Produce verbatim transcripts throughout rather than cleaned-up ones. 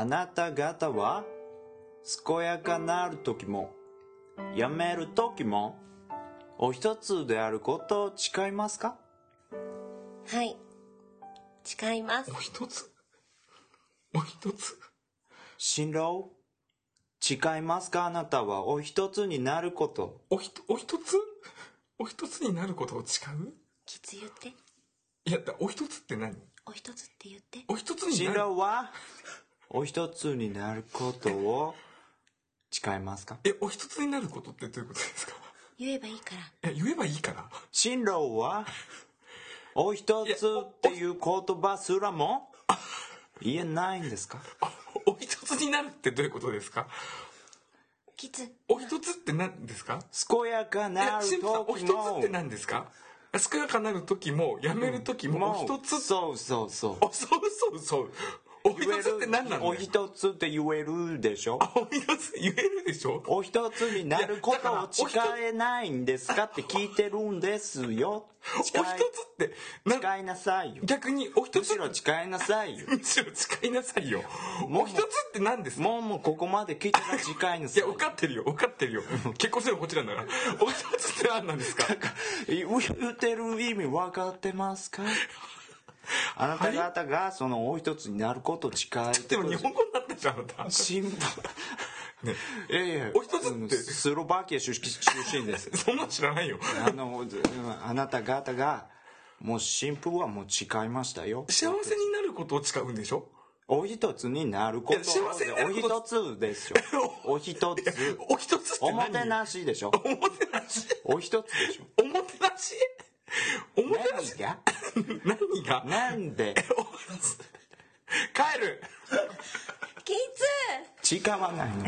あなた方は健やかなる時もやめる時もお一つであることを誓いますか？ はい、誓います。 お一つお一つ新郎、誓いますか？あなたはお一つになること。 おひとお一つお一つになることを誓う？ きつ言って。 いや、お一つって何？ お一つって言って。 お一つになる。 新郎はお一つになることを誓いますか？ え、お一つになることってどういうことですか？ 言えばいいから。 え、言えばいいから。 新郎はお一つっていう言葉すらも言えないんですか？ お一つになるってどういうことですか？ きつ。 お一つって何ですか？ 健やかなる時も。 お一つって何ですか？健やかなる時もやめる時もお一つ、 そうそうそう。 あ、そうそうそう。お一つって何なんだよ。 お一つって言えるでしょ。 お一つ言えるでしょ。 お一つになることを誓えないんですかって聞いてるんですよ。 お一つって誓いなさいよ。 逆にお一つ、 むしろ誓いなさいよ。 むしろ誓いなさいよ。お一つって何ですか？ もうもうここまで聞いたら誓いなさい。 いや、分かってるよ分かってるよ。結婚すればこっちなんだから。お一つって何なんですか？ 言ってる意味分かってますか？あなた方がそのお一つになることを誓い。 でも日本語になったじゃん、あなた。 新聞ね、いやいや、 お一つってスロバキア出身です。 そんなん知らないよ。 あのあなた方がもう新婦はもう誓いましたよ。 幸せになることを誓うんでしょ？ お一つになること。 幸せになること。 お一つですよ。お一つ。 お一つって何？ おもてなしでしょ。 おもてなし。 お一つでしょ。 おもてなし。おもてなし。 何が？ 何が？ なんで？ 帰る。 きつ。 誓わないの？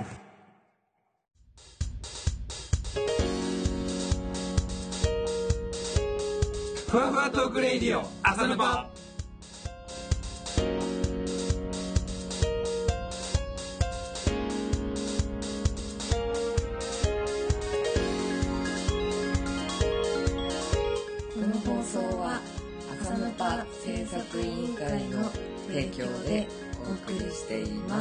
ふわふわトークレイディオ朝のパ。 この放送は朝のパ制作委員会の提供でお送りしています。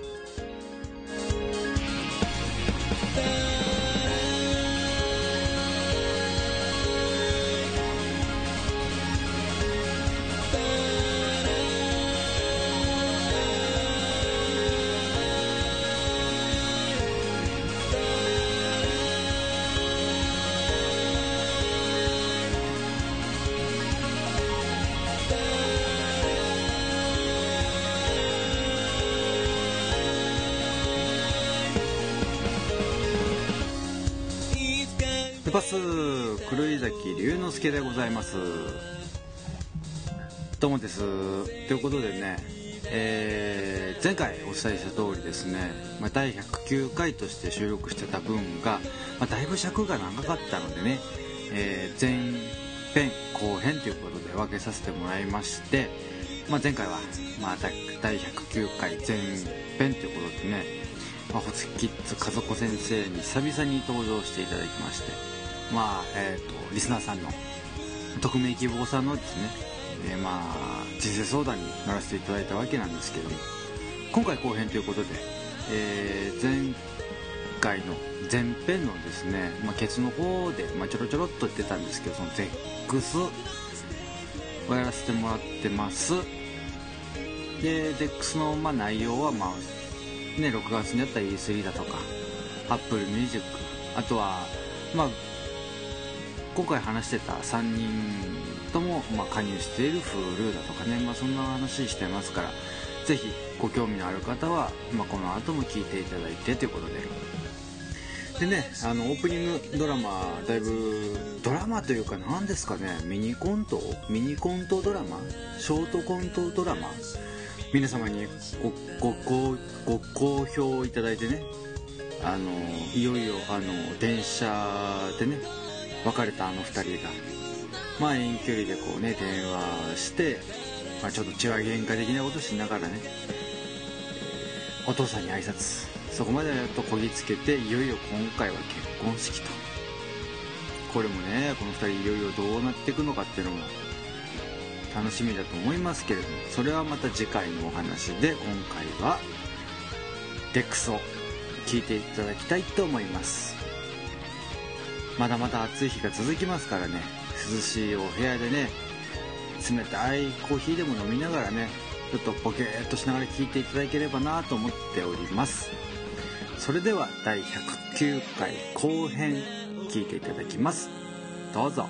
パス黒井崎龍之介でございます。どうもです。ということでね、えー、前回お伝えした通りですね、まあ、だいひゃくきゅうかいとして収録してた分が、まあ、だいぶ尺が長かったのでね、えー、前編後編ということで分けさせてもらいまして、まあ、前回は、まあ、だいひゃくきゅうかい前編ということでね、まあ、ホツキッズ和子先生に久々に登場していただきまして、まあえー、とリスナーさんの匿名希望さんのですね、えー、まあ人生相談に乗らせていただいたわけなんですけども、今回後編ということで、えー、前回の前編のですね、まあ、ケツの方で、まあ、ちょろちょろっと言ってたんですけど、そのゼックスをやらせてもらってます。でゼックスのまあ内容は、まあね、ろくがつにあった イースリー だとか Apple Music、 あとはまあ今回話してたさんにんとも、まあ、加入している Hulu だとかね、まあ、そんな話してますから、ぜひご興味のある方は、まあ、この後も聞いていただいてということで。でね、あのオープニングドラマ、だいぶドラマというか何ですかね、ミニコントミニコントドラマショートコントドラマ、皆様にごごごご好評いただいてね、あのいよいよあの電車でね別れたあのふたりが、まあ遠距離でこうね電話して、まあ、ちょっと血は喧嘩的なことしながらね、お父さんに挨拶、そこまでやっとこぎつけて、いよいよ今回は結婚式と。これもね、このふたりいよいよどうなっていくのかっていうのも楽しみだと思いますけれども、それはまた次回のお話で、今回はデックスを聴いていただきたいと思います。まだまだ暑い日が続きますからね、涼しいお部屋でね、冷たいコーヒーでも飲みながらね、ちょっとポケーっとしながら聴いていただければなと思っております。それではだいひゃくきゅうかい後編聴いていただきます。どうぞ。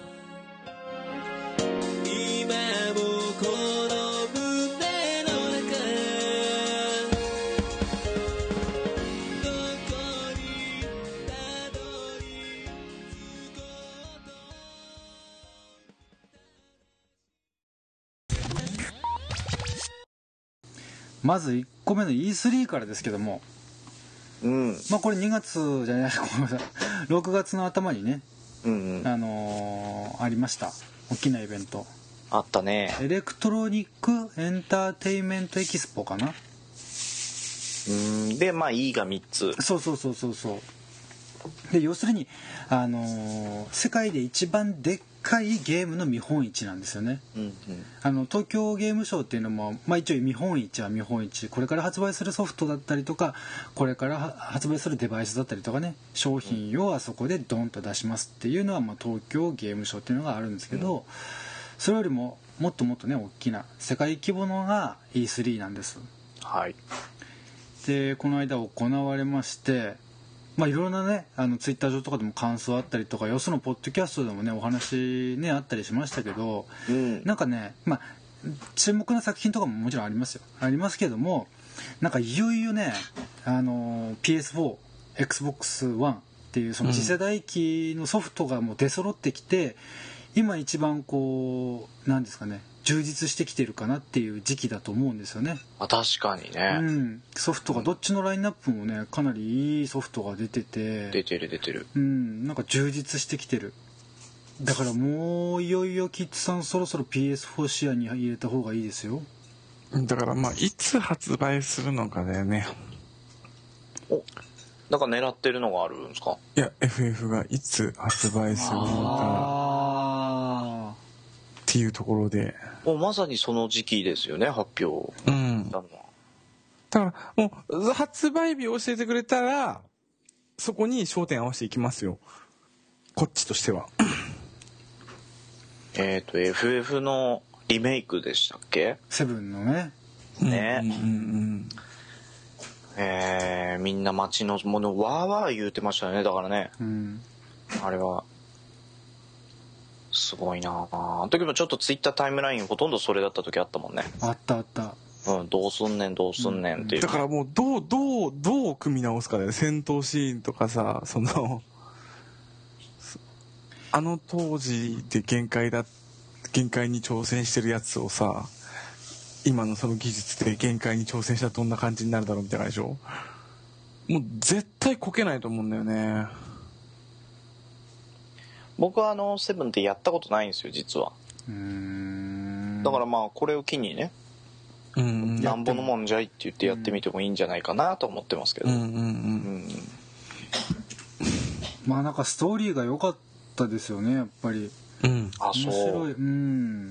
まずいっこめの イースリー からですけども、 うん、 まあこれにがつじゃないごめんなさいろくがつの頭にね、 うんうん、 あのー、ありました大きなイベントあったね。 エレクトロニックエンターテインメントエキスポかな。 うんでまあ E がみっつ。 そうそうそうそうそうで要するに、あのー、世界で一番でっかいゲームの見本市なんですよね、うんうん、あの東京ゲームショウっていうのも、まあ、一応見本市は見本市、これから発売するソフトだったりとかこれから発売するデバイスだったりとかね、商品をあそこでドンと出しますっていうのは、まあ、東京ゲームショウっていうのがあるんですけど、うん、それよりももっともっとね大きな世界規模のが イースリー なんです。 はい。 でこの間行われまして、まあいろんなね、あのツイッター上とかでも感想あったりとか、よそのポッドキャストでもねお話ねあったりしましたけど、うん、なんかね、まあ注目な作品とかももちろんありますよ、ありますけども、なんかいよいよね、あの ピーエスフォー、エックスボックスワン っていうその次世代機のソフトがもう出揃ってきて、うん、今一番こうなんですかね、充実してきてるかなっていう時期だと思うんですよね。 あ、確かにね、 うん、ソフトがどっちのラインナップもねかなりいいソフトが出てて、 出てる出てる、 うん、なんか充実してきてる。だからもういよいよキッズさんそろそろ ピーエスフォー 視野に入れた方がいいですよ。 だからまあいつ発売するのかだよね。 お、なんか狙ってるのがあるんですか。 いや エフエフ がいつ発売するのかっていうところで、 もうまさにその時期ですよね、発表。 うん。だからもう発売日を教えてくれたらそこに焦点合わせていきますよ、こっちとしては。 えっと エフエフ のリメイクでしたっけ、 セブンのね。 ね、 うんうんうん、 えー、みんな街のものわーわー言うてましたよね。だからね、うん、あれはすごいなあ。あの時もちょっとツイッタータイムラインほとんどそれだった時あったもんね。 あったあった。 うん、どうすんねんどうすんねんっていう、 うん、だからもうどうどうどう組み直すかだよね。戦闘シーンとかさ、そのあの当時で限界だ限界に挑戦してるやつをさ、今のその技術で限界に挑戦したらどんな感じになるだろうみたいなでしょ。もう絶対こけないと思うんだよね。 僕はあのセブンってやったことないんですよ実は。うーん、だからまあこれを機にね、うんうん、なんぼのもんじゃいって言ってやってみてもいいんじゃないかなと思ってますけど、うんうんうんうん、 まあなんかストーリーが良かったですよねやっぱり、うん、 あ、そう、 面白い、うん、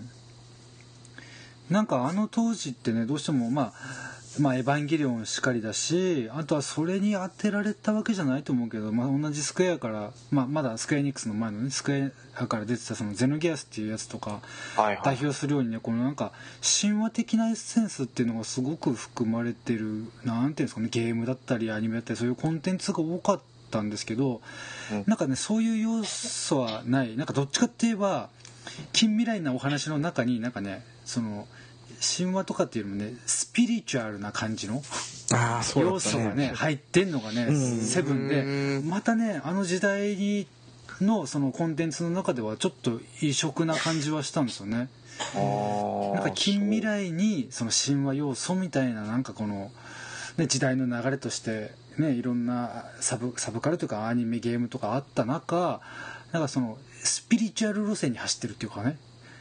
なんかあの当時ってねどうしてもまあまあエヴァンゲリオンしかりだし、あとはそれに当てられたわけじゃないと思うけど、まあ同じスクエアから、まあまだスクエアエニックスの前のねスクエアから出てたそのゼノギアスっていうやつとか代表するようにね、このなんか神話的なエッセンスっていうのがすごく含まれてる、なんていうんですかね、ゲームだったりアニメだったりそういうコンテンツが多かったんですけど、なんかねそういう要素はない。なんかどっちかって言えば近未来なお話の中になんかね、その神話とかっていうのもねスピリチュアルな感じの要素がね入ってんのがねセブンで、またねあの時代にのそのコンテンツの中ではちょっと異色な感じはしたんですよね。なんか近未来にその神話要素みたいな、なんかこの、ね、時代の流れとしてねいろんなサブ、サブカルというかアニメゲームとかあった中、なんかそのスピリチュアル路線に走ってるっていうかね、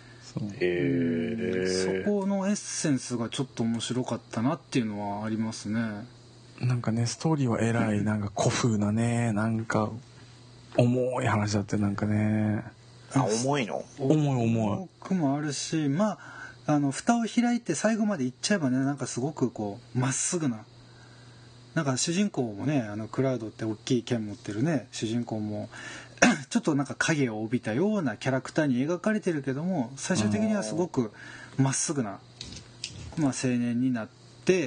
へそこのエッセンスがちょっと面白かったなっていうのはありますね。 なんかねストーリーはえらいなんか古風なね、なんか重い話だって、なんかね、 あ、重いの重い重い僕もあるし、まああの蓋を開いて最後までいっちゃえばね、なんかすごくこうまっすぐななんか主人公もね、あのクラウドって大きい剣持ってるね主人公もちょっとなんか影を帯びたようなキャラクターに描かれてるけども、最終的にはすごくまっすぐな、まあ、青年になって、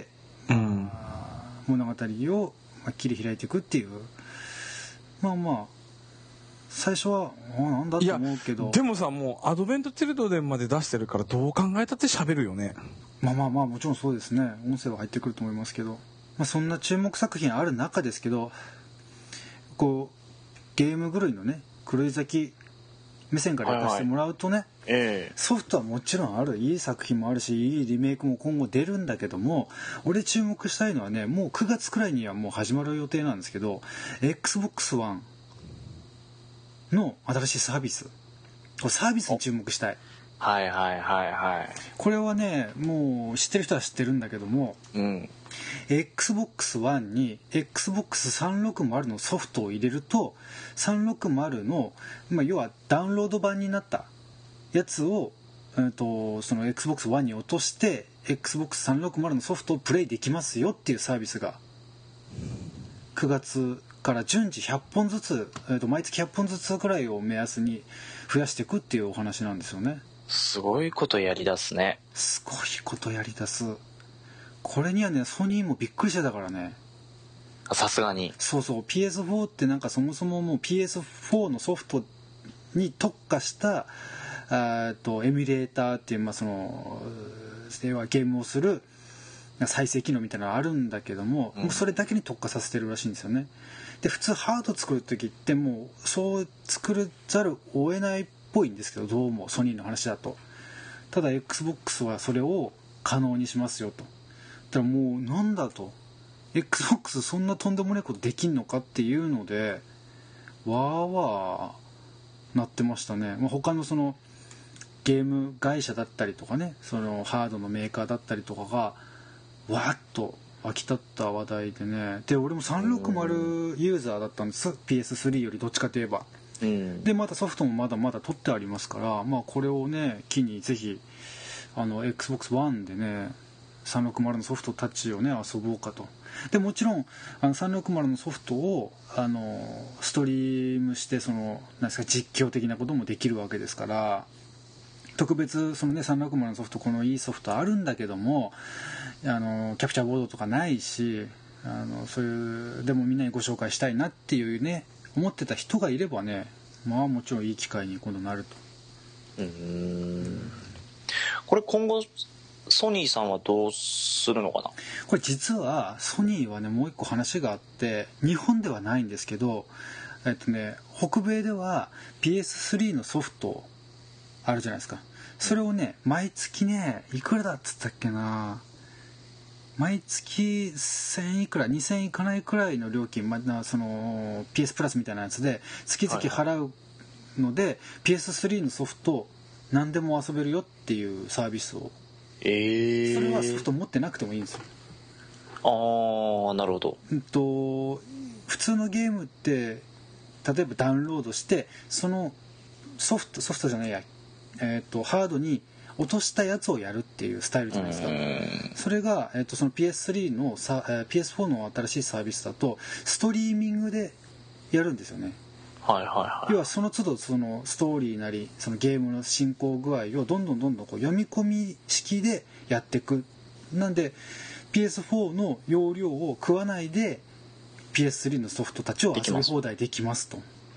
うん、物語を切り開いていくっていう、まあまあ最初はなんだと思うけど、 でもさ、もうアドベントチルドレンまで出してるからどう考えたって喋るよね。 まあまあまあもちろんそうですね、音声は入ってくると思いますけど、まあ、そんな注目作品ある中ですけど、こうゲーム狂いのね狂い咲き目線からやらせてもらうとね、はいはいえー、ソフトはもちろんある、いい作品もあるしいいリメイクも今後出るんだけども、俺注目したいのはね、もうくがつくらいにはもう始まる予定なんですけど エックスボックスワン の新しいサービス、これサービスに注目したい。 はいはいはいはい。 これはねもう知ってる人は知ってるんだけども、うん、エックスボックスワン に エックスボックスさんびゃくろくじゅう のソフトを入れるとさんびゃくろくじゅうの、まあ、要はダウンロード版になったやつを、えー、とその エックスボックスワン に落として エックスボックスさんびゃくろくじゅう のソフトをプレイできますよっていうサービスがくがつから順次ひゃっぽんずつ、えー、と毎月ひゃっぽんずつくらいを目安に増やしていくっていうお話なんですよね。 すごいことやりだすね。 すごいことやりだす。これにはねソニーもびっくりしてたからね。 さすがに。 そうそう ピーエスフォー ってなんかそもそももう ピーエスフォー のソフトに特化したあとエミュレーターっていう、まあ、その要はゲームをする再生機能みたいなのがあるんだけども、うん、もうそれだけに特化させてるらしいんですよね。で普通ハード作る時ってもうそう作るざるを得ないっぽいんですけど、どうもソニーの話だと。ただ エックスボックス はそれを可能にしますよと。だからもうなんだと エックスボックス そんなとんでもないことできんのかっていうのでわーわーなってましたね。まあ、他のそのゲーム会社だったりとかね、そのハードのメーカーだったりとかがわーっと沸き立った話題でね。で俺もさんびゃくろくじゅうユーザーだったんです、 ピーエススリー よりどっちかといえば。うん、でまたソフトもまだまだ取ってありますから、まあ、これをね機にぜひあの エックスボックスワン でねさんびゃくろくじゅうのソフトたちをね遊ぼうかと。でもちろんあのさんびゃくろくじゅうのソフトをあのストリームしてそのなんですか実況的なこともできるわけですから、特別そのねさんびゃくろくじゅうのソフトこのいいソフトあるんだけどもあのキャプチャーボードとかないし、あのそういうでもみんなにご紹介したいなっていうね思ってた人がいればね、まあもちろんいい機会に今度なると。うーんこれ今後ソニーさんはどうするのかな。 これ実はソニーはねもう一個話があって、日本ではないんですけど、えっとね北米では ピーエススリー のソフトあるじゃないですか。それをね毎月ねいくらだっつったっけな、毎月せんいくらにせんいかないくらいの料金、まあ、その ピーエス プラスみたいなやつで月々払うので、はいはい、ピーエススリー のソフト何でも遊べるよっていうサービスを、えー、それはソフト持ってなくてもいいんですよ。 ああなるほど。 うんと普通のゲームって例えばダウンロードしてそのソフトソフトじゃないや、えー、とハードに落としたやつをやるっていうスタイルじゃないですか。それが、えー、とその ピーエススリー のさ、えー、ピーエスフォー の新しいサービスだとストリーミングでやるんですよね。 はいはいはい。 要はその都度そのストーリーなりそのゲームの進行具合をどんどんどんどんこう読み込み式でやっていく。なんで ピーエスフォー の容量を食わないで ピーエススリー のソフトたちを遊び放題できますと。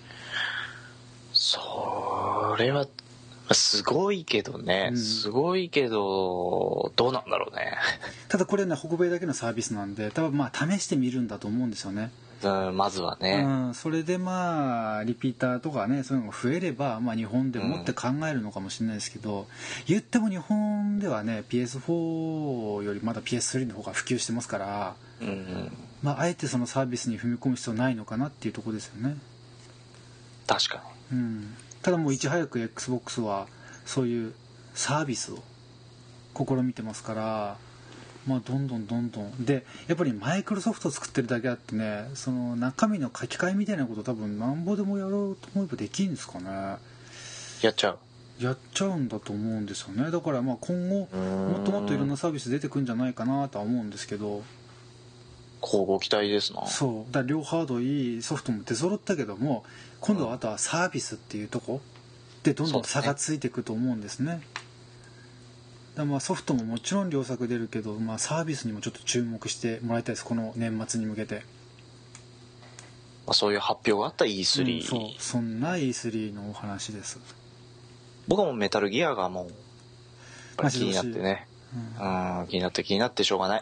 それはすごいけどね、うん、すごいけどどうなんだろうね。 ただこれね北米だけのサービスなんで多分まあ試してみるんだと思うんですよね。 うん、まずはね、 うん、それでまあリピーターとかねそういうのが増えれば、まあ、日本でもって考えるのかもしれないですけど、うん、言っても日本ではね ピーエスフォー よりまだ ピーエススリー の方が普及してますから、うんうん、まあ、あえてそのサービスに踏み込む必要ないのかなっていうところですよね。 確かに、うん、ただもういち早く エックスボックス はそういうサービスを試みてますから、まあ、どんどんどんどんでやっぱりマイクロソフト作ってるだけあってね、その中身の書き換えみたいなこと多分なんぼでもやろうと思えばできるんですかね。 やっちゃうやっちゃうんだと思うんですよね。だからまあ今後もっともっといろんなサービス出てくるんじゃないかなとは思うんですけど、 交互期待ですな。 そうだから両ハードいいソフトも出揃ったけども、今度はあとはサービスっていうとこでどんどん差がついていくと思うんですね。だからまあソフトももちろん良作出るけど、まあ、サービスにもちょっと注目してもらいたいです、この年末に向けて。 まあ、そういう発表があった イースリー、 うん、そうそんな イースリー のお話です。 僕はもうメタルギアがもうやっぱり気になってね、うん、うん気になって気になってしょうがない。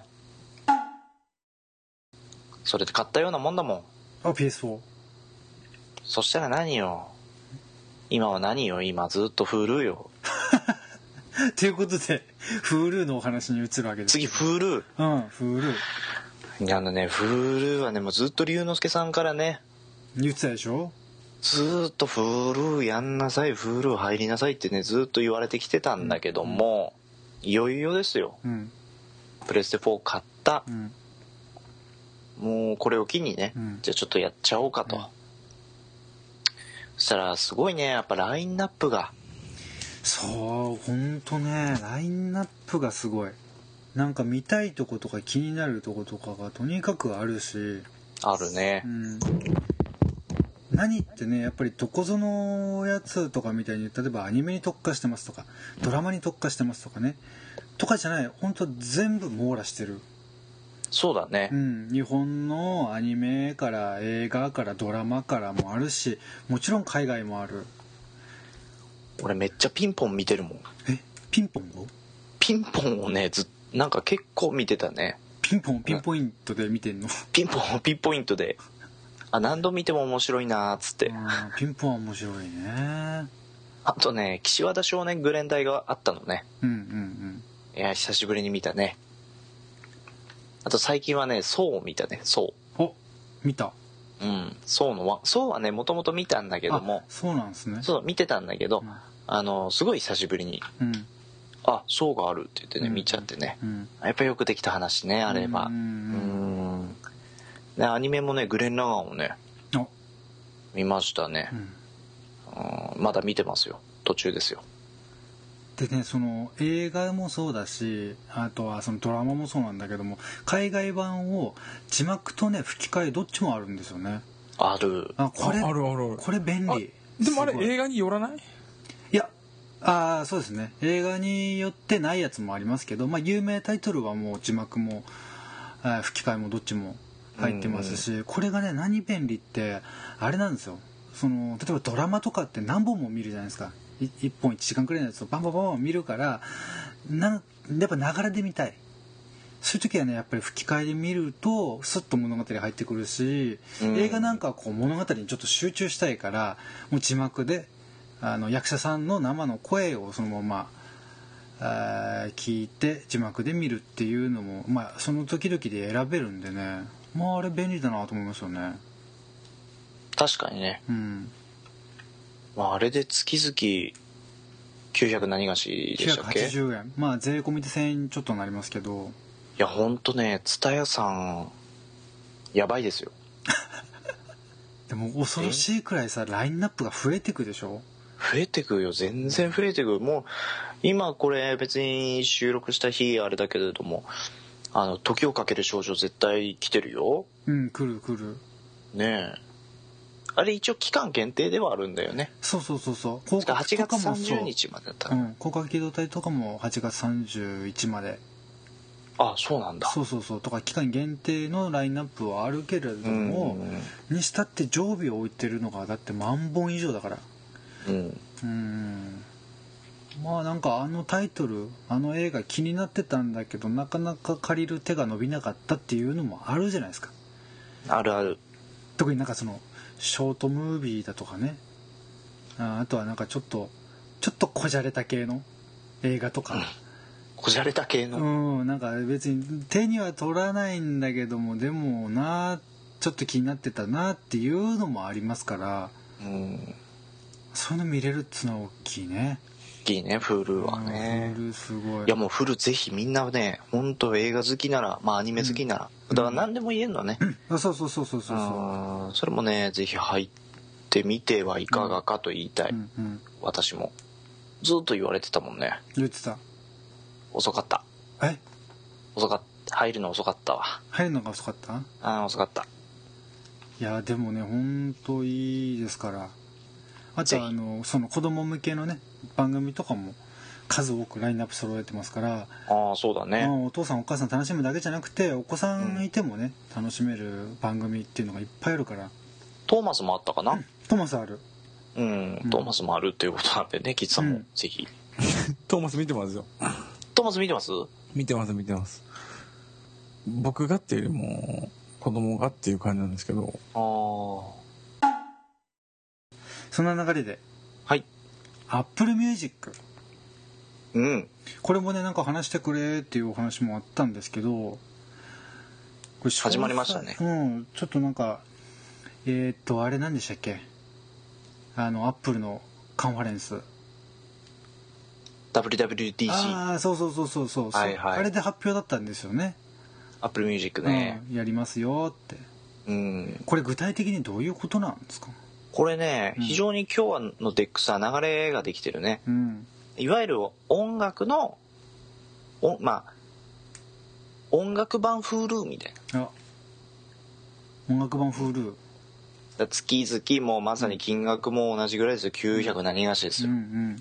それで買ったようなもんだもん。 あ ピーエスフォー。 そしたら何よ、今は何よ、今ずっと Hulu よ。 ということで Hulu のお話に移るわけです。 次 Hulu。 うん Hulu。 いやあのね Hulu はねもうずっと龍之介さんからね言ってたでしょ。 ずっと Hulu やんなさい Hulu 入りなさいってねずっと言われてきてたんだけども、うん、いよいよですよ、 うん、 プレステフォー買った、 うん、 もうこれを機にね、うん、じゃあちょっとやっちゃおうかと、うん、そしたらすごいねやっぱラインナップが、 そうほんとねラインナップがすごい。なんか見たいとことか気になるとことかがとにかくあるし。 あるね、うん、 何ってねやっぱりどこぞのやつとかみたいに例えばアニメに特化してますとかドラマに特化してますとかねとかじゃない、本当全部網羅してる。 そうだね、 うん、日本のアニメから映画からドラマからもあるし、もちろん海外もある。 俺めっちゃピンポン見てるもん。 えピンポンをピンポンをねずなんか結構見てたね。 ピンポンピンポイントで見てんの？ ピンポンピンポイントであ何度見ても面白いなーっつって。 ピンポンは面白いね。 あとね岸和田少年グレン隊があったのね。 うんうんうんいや久しぶりに見たね。あと最近はねソーを見たね。ソーお見た。 うんソーのワンソーはねもともと見たんだけども。 そうなんですね。 そう見てたんだけど、うん、あのすごい久しぶりに、うん、あソーがあるって言ってね、うん、見ちゃってね、うん、やっぱよくできた話ねあれば。うんうんでアニメもねグレン・ラガンをね見ましたね、うん、まだ見てますよ。途中ですよ。 でねその映画もそうだしあとはそのドラマもそうなんだけども海外版を字幕とね吹き替えどっちもあるんですよね。 あるあこれあるあるこれ便利。 でもあれ映画によらない？ いやあそうですね映画によってないやつもありますけど、まあ、有名タイトルはもう字幕も吹き替えもどっちも入ってますし、うんうん、これがね何便利ってあれなんですよ。その例えばドラマとかって何本も見るじゃないですか。いっぽんいちじかんくらいのやつをバンバンバンバン見るからなやっぱながらで見たい。そういう時はねやっぱり吹き替えで見るとスッと物語入ってくるし、うん、映画なんかはこう物語にちょっと集中したいからもう字幕であの役者さんの生の声をそのままあ聞いて字幕で見るっていうのも、まあ、その時々で選べるんでね、まああれ便利だなと思いますよね。 確かにね、 うんまあ、あれで月々きゅうひゃく何がしでしたっけ？ きゅうひゃくはちじゅうえん、まあ税込みでせんえんちょっとになりますけど、 いやほんとね蔦屋さんやばいですよ。 でも恐ろしいくらいさラインナップが増えてくでしょ。 増えてくよ全然増えてく。もう今これ別に収録した日あれだけれどもあの時をかける少女絶対来てるよ。 うん来る来るねえあれ一応期間限定ではあるんだよね。 そうそうそうそう。 はちがつさんじゅうにちまでだった。 うん。広角機動隊とかもはちがつさんじゅういちまで。 あ、そうなんだ。 そうそうそう。とか期間限定のラインナップはあるけれども、にしたって常備を置いてるのがだって万本以上だから。 うん。 うん。まあなんかあのタイトル、あの映画気になってたんだけどなかなか借りる手が伸びなかったっていうのもあるじゃないですか。 あるある。 特になんかその。ショートムービーだとかね あ, あとはなんかちょっとちょっとこじゃれた系の映画とか、うん、 こじゃれた系のうんなんか別に手には取らないんだけどもでもなちょっと気になってたなっていうのもありますから、 うん、 そういうの見れるっつうのは大きいね。 大きいねフルはね。 フルすごい。 いやもうフルぜひみんなね本当映画好きならまあアニメ好きなら、うん、だから何でも言えるのね、 うん、そうそうそうそうそうそうそれもねぜひ入ってみてはいかがかと言いたい、 うんうん、 私もずっと言われてたもんね。 言ってた。 遅かったえ遅かっ入るの遅かったわ。 入るのが遅かった？ ああ遅かった。 いやでもねほんといいですから。あとあのその子供向けのね番組とかも数多くラインナップ揃えてますから。 ああそうだね。 お父さんお母さん楽しむだけじゃなくてお子さんいてもね、うん、楽しめる番組っていうのがいっぱいあるから。 トーマスもあったかな、うん、 トーマスある。 うん、うん、トーマスもあるっていうことなんでね、キッズさんもぜひ、 うん、トーマス見てますよ。 トーマス見てます？ 見てます見てます。僕がっていうよりも子供がっていう感じなんですけど。 ああ。 そんな流れで。 はい。 Apple Music。 うん。 これもねなんか話してくれっていうお話もあったんですけど。これ始まりましたね。 うん。ちょっとなんかえー、っとあれ何でしたっけ？あの Apple のカンファレンス。 ダブリューダブリューディーシー。 ああそうそうそうそうそう、はいはい、あれで発表だったんですよね。 Apple Music ね、 うん、やりますよって。 うん。 これ具体的にどういうことなんですか？ これね、うん、非常に今日のデックスは流れができてるね。うん、いわゆる音楽のおまあ音楽版 Hulu みたいな。あ、 音楽版 Hulu。 月々もまさに金額も同じぐらいですよ。きゅうひゃく何がしですよ。うんうん、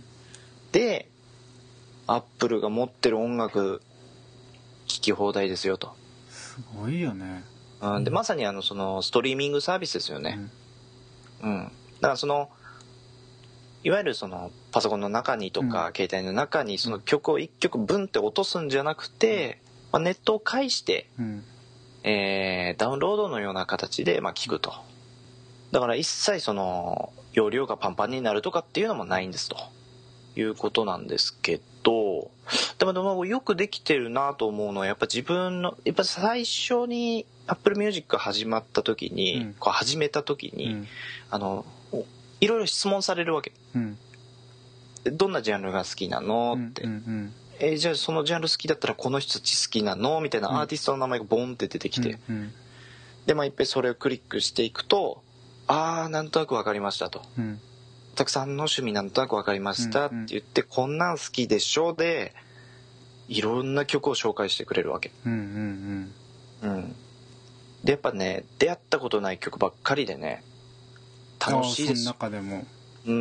でアップルが持ってる音楽聴き放題ですよと。 すごいよね。 うん、でまさにあのそのストリーミングサービスですよね。うん、うん、だからそのいわゆるそのパソコンの中にとか、うん、携帯の中にその曲をいっきょくブンって落とすんじゃなくて、まあ、ネットを介して、うん、えー、ダウンロードのような形でまあ聴くと。だから一切その容量がパンパンになるとかっていうのもないんですということなんですけど、でもでもよくできてるなと思うのはやっぱ自分のやっぱ最初に Apple Music が始まった時に、うん、こう始めた時に、うん、あのいろいろ質問されるわけ、うん、どんなジャンルが好きなのって、うんうんうん、えー、じゃあそのジャンル好きだったらこの人たち好きなのみたいなアーティストの名前がボンって出てきて、うんうん、でまあいっぺんそれをクリックしていくと、ああなんとなく分かりましたと、うん、たくさんの趣味なんとなく分かりましたって言って、うんうん、こんなん好きでしょでいろんな曲を紹介してくれるわけ、うんうんうんうん、でやっぱね出会ったことない曲ばっかりでね楽しいです。 その中でも、 うん、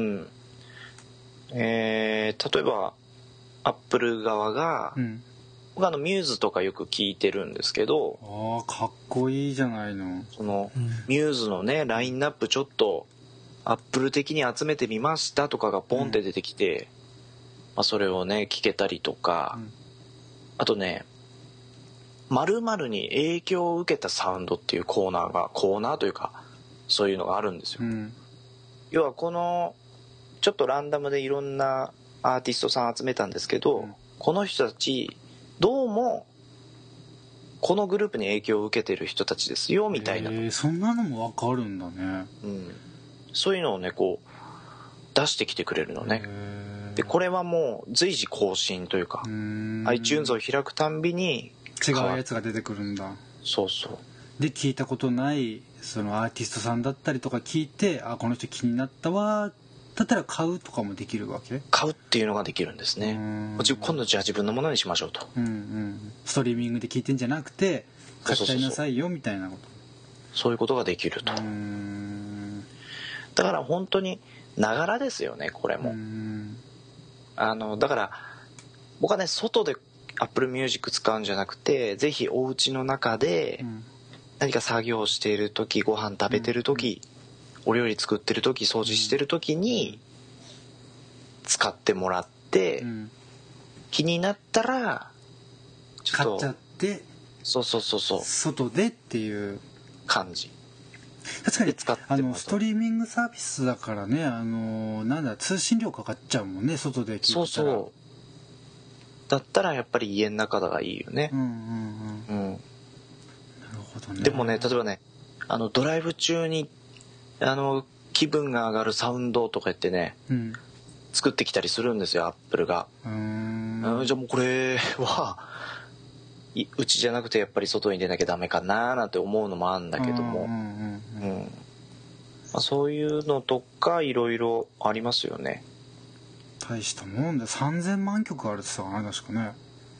えー、例えばアップル側が、うん、僕あのミューズとかよく聞いてるんですけど、 あーかっこいいじゃないの。 その、うん、ミューズのねラインナップちょっとアップル的に集めてみましたとかがポンって出てきて、うん、まあ、それをね聞けたりとか、うん、あとね〇〇に影響を受けたサウンドっていうコーナーがコーナーというかそういうのがあるんですよ、うん、要はこのちょっとランダムでいろんなアーティストさん集めたんですけど、うん、この人たちどうもこのグループに影響を受けてる人たちですよみたいな、 えー、そんなのも分かるんだね、 うん、そういうのをねこう出してきてくれるのね。でこれはもう随時更新というか iTunes を開くたんびに違うやつが出てくるんだ。 そうそうで聞いたことないそのアーティストさんだったりとか聞いて、あこの人気になったわだったら買うとかもできるわけ？ 買うっていうのができるんですね。今度じゃあ自分のものにしましょうと、うんうん、 ストリーミングで聞いてんじゃなくて買っちゃいなさいよみたいなこと。 そういうことができると。うーんだから本当にながらですよねこれも。うーんあのだから僕はね外で Apple Music 使うんじゃなくてぜひお家の中で何か作業している時ご飯食べてる時、うん、お料理作ってる時掃除してる時に使ってもらって、うん、気になったらちょっと買っちゃってそうそうそうそう外でっていう感じ。 確かにあのストリーミングサービスだからね、あのなんだ通信料かかっちゃうもんね外で聞いてたら。そうそうだったらやっぱり家の中がいいよね。うんうんうん、うん、なるほどね。でもね例えばねあのドライブ中にあの気分が上がるサウンドとか言ってね、うん、作ってきたりするんですよアップルが。うーんじゃあもうこれはうちじゃなくてやっぱり外に出なきゃダメかななんて思うのもあるんだけども、うんうんうんうんまあ、そういうのとかいろいろありますよね。 大したもんでさんぜんまんきょくあるってさ確かね。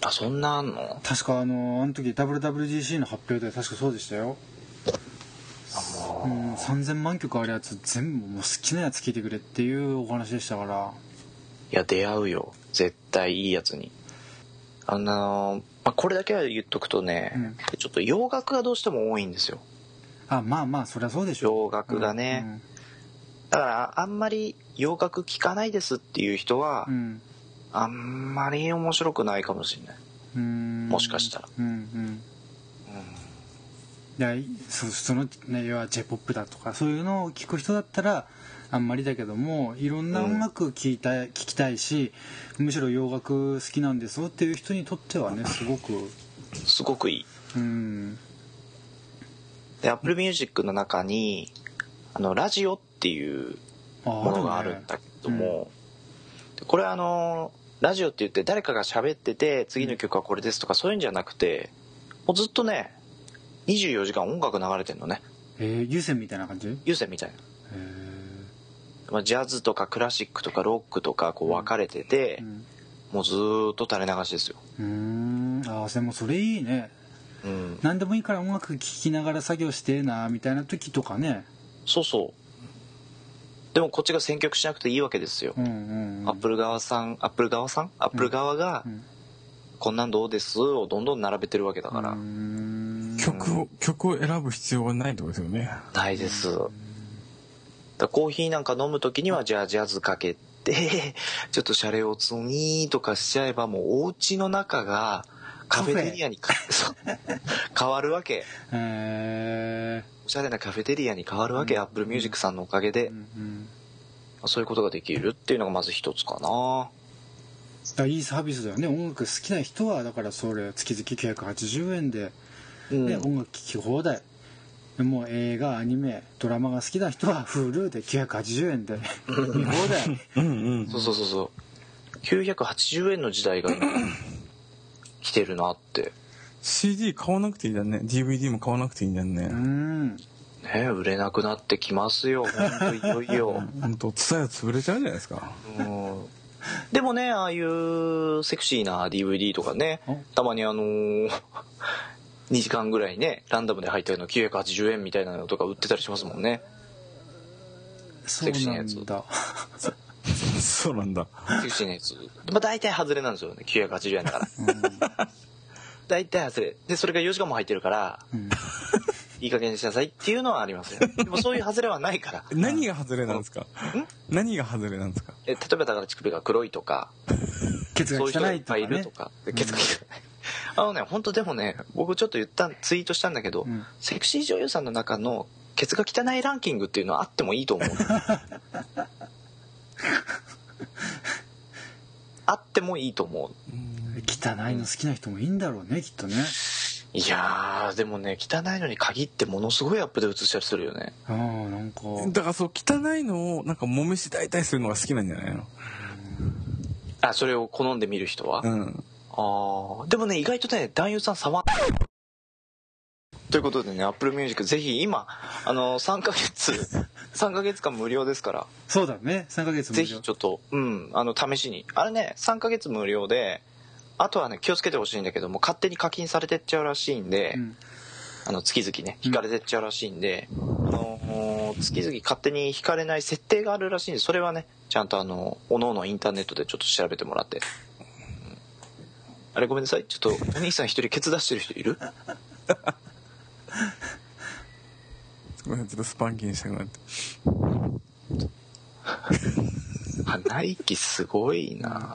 あ、そんなあんの？ 確かあのあの時 ダブリューダブリューディーシー の発表で確かそうでしたよ。うん、さんぜんまんきょくあるやつ全部もう好きなやつ聴いてくれっていうお話でしたから。 いや出会うよ絶対いいやつに。あのーまあ、これだけは言っとくとね、うん、ちょっと洋楽がどうしても多いんですよ。 あ、まあまあそりゃそうでしょう。 洋楽がね、うんうん、だからあんまり洋楽聴かないですっていう人は、うん、あんまり面白くないかもしれない。うーん、もしかしたら。うんうん。 うん、いやそそのね要は J-ポップ だとかそういうのを聴く人だったらあんまりだけども、いろんな音楽聴いたい、うん、聴きたいし、むしろ洋楽好きなんですよっていう人にとってはねすごくすごくいい。 うん。 で Apple Music の中にあのラジオっていうものがあるんだけども、うん、これはあのラジオって言って誰かが喋ってて次の曲はこれですとかそういうんじゃなくて、もうずっとねにじゅうよじかん音楽流れてんのね。 えー、有線みたいな感じ？ 有線みたいな。まあ、ジャズとかクラシックとかロックとかこう分かれてて、うん、もうずーっと垂れ流しですよ。 うーん、ああでもそれいいね。うん、何でもいいから音楽聴きながら作業してえなみたいな時とかね。 そうそう。でもこっちが選曲しなくていいわけですよ。うんうんうん、アップル側さんアップル側さんアップル側が、うんうん、こんなんどうですをどんどん並べてるわけだから。うーん、曲を曲を選ぶ必要はないってことですよね。 ないです。だコーヒーなんか飲む時にはじゃあジャズかけてちょっとシャレオツにとかしちゃえばもうお家の中がカフェテリアに変わるわけ。へー、おしゃれなカフェテリアに変わるわけ、うん、Apple Music さんのおかげで、うんうん、そういうことができるっていうのがまず一つかな。 だいいサービスだよね。音楽好きな人はだからそれ月々きゅうひゃくはちじゅうえんで、うん、で音楽聴き放題。でも映画アニメドラマが好きな人は Hulu できゅうひゃくはちじゅうえんで見放題。 うんうん、そうそうそうそう、きゅうひゃくはちじゅうえんの時代が今来てるなって。 シーディー 買わなくていいんだね。 ディーブイディー も買わなくていいんだね。うん、 ね、売れなくなってきますよ本当いよいよ。 本当ツタヤ潰れちゃうんじゃないですか。うん、 でもね、ああいうセクシーな ディーブイディー とかね、たまにあのーにじかんぐらいねランダムで入ったのきゅうひゃくはちじゅうえんみたいなのとか売ってたりしますもんね。 セクシーなやつだ。 そうなんだ。 セクシーなやつ、まあ、大体外れなんですよねきゅうひゃくはちじゅうえんだから、うん、大体外れで、それがよじかんも入ってるから、うん、いい加減にしなさいっていうのはありますよ。でもそういう外れはないから。 何が外れなんですか？ん何が外れなんですか？ え例えばだから乳首が黒いとかケツが汚いとか、ね、そういう人がいっぱいいるとか、 ケツが汚い、うん、あのね本当でもね僕ちょっと言ったツイートしたんだけど、うん、セクシー女優さんの中のケツが汚いランキングっていうのはあってもいいと思う。あってもいいと思う。 汚いの好きな人もいいんだろうねきっとね。 いやーでもね汚いのに限ってものすごいアップで映したりするよね。 あーなんかだからそう汚いのをなんか揉めし大体するのが好きなんじゃないの？ あそれを好んで見る人は、うん、あでもね意外とね男優さん触んということでね Apple Music ぜひ今あのさんかげつさんかげつかん無料ですから。 そうだねさんかげつ無料。 ぜひちょっとうんあの試しにあれねさんかげつ無料で、あとはね気をつけてほしいんだけども勝手に課金されてっちゃうらしいんで、うん、あの月々ね引かれてっちゃうらしいんで、うん、あの月々勝手に引かれない設定があるらしいんで、それはねちゃんとあのおのおのインターネットでちょっと調べてもらって、うん、あれごめんなさいちょっとお兄さん一人ケツ出してる人いる？ ごめんちょっとスパンキーにしたくなって。 鼻息すごいな。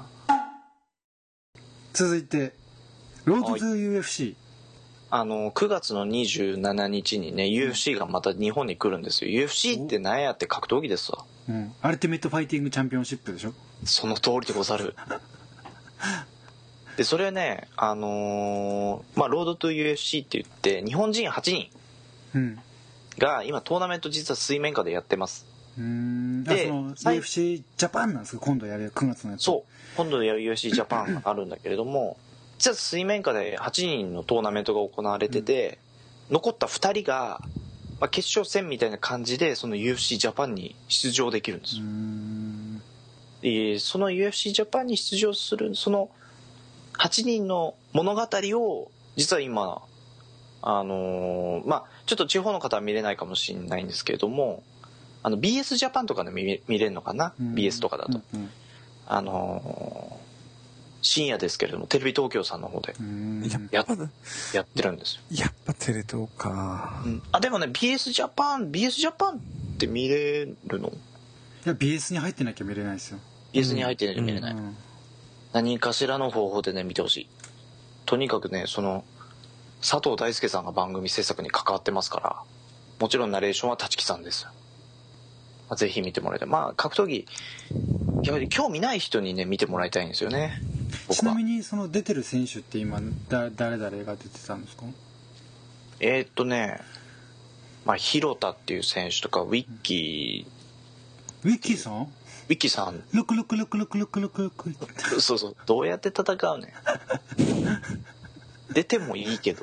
続いてロードトゥ ユーエフシー、 あのくがつのにじゅうしちにちにね ユーエフシー がまた日本に来るんですよ。 ユーエフシー って何やって格闘技ですわ、 うん、アルティメットファイティングチャンピオンシップでしょ。 その通りでござる。でそれねあのー、まあロードトゥ ユーエフシー って言って日本人はちにんが今トーナメント実は水面下でやってます。 うーんでその ユーエフシー ジャパンなんですか今度やるくがつのやつ。 そう今度やる ユーエフシー ジャパンがあるんだけれども実は水面下ではちにんのトーナメントが行われてて、うん、残ったふたりが、まあ、決勝戦みたいな感じでその ユーエフシー ジャパンに出場できるんですよ。うーんでその ユーエフシー ジャパンに出場するそのはちにんの物語を実は今あのー、まあちょっと地方の方は見れないかもしれないんですけれども、あの ビーエス ジャパンとかで見, 見れるのかな、うん、ビーエス とかだと、うんうん、あのー、深夜ですけれどもテレビ東京さんの方でや, やってるんですよ。 やっぱテレ東か、 うん、あでもね ビーエス ジャパン ビーエス ジャパンって見れるの？ いや ビーエス に入ってなきゃ見れないですよ。 ビーエス に入ってなきゃ見れない、うんうん、何かしらの方法でね見てほしい。とにかくねその佐藤大輔さんが番組制作に関わってますから、もちろんナレーションは立木さんですよ。ぜひ見てもらいたい。まあ格闘技やはり興味ない人にね見てもらいたいんですよね。 ちなみにその出てる選手って今だ誰々が出てたんですか？ えー、っとねまあ広田っていう選手とかウィッキーウィッキーさんウィッキーさんルクルクルクルクルクルクルクそうそうどうやって戦うね出てもいいけど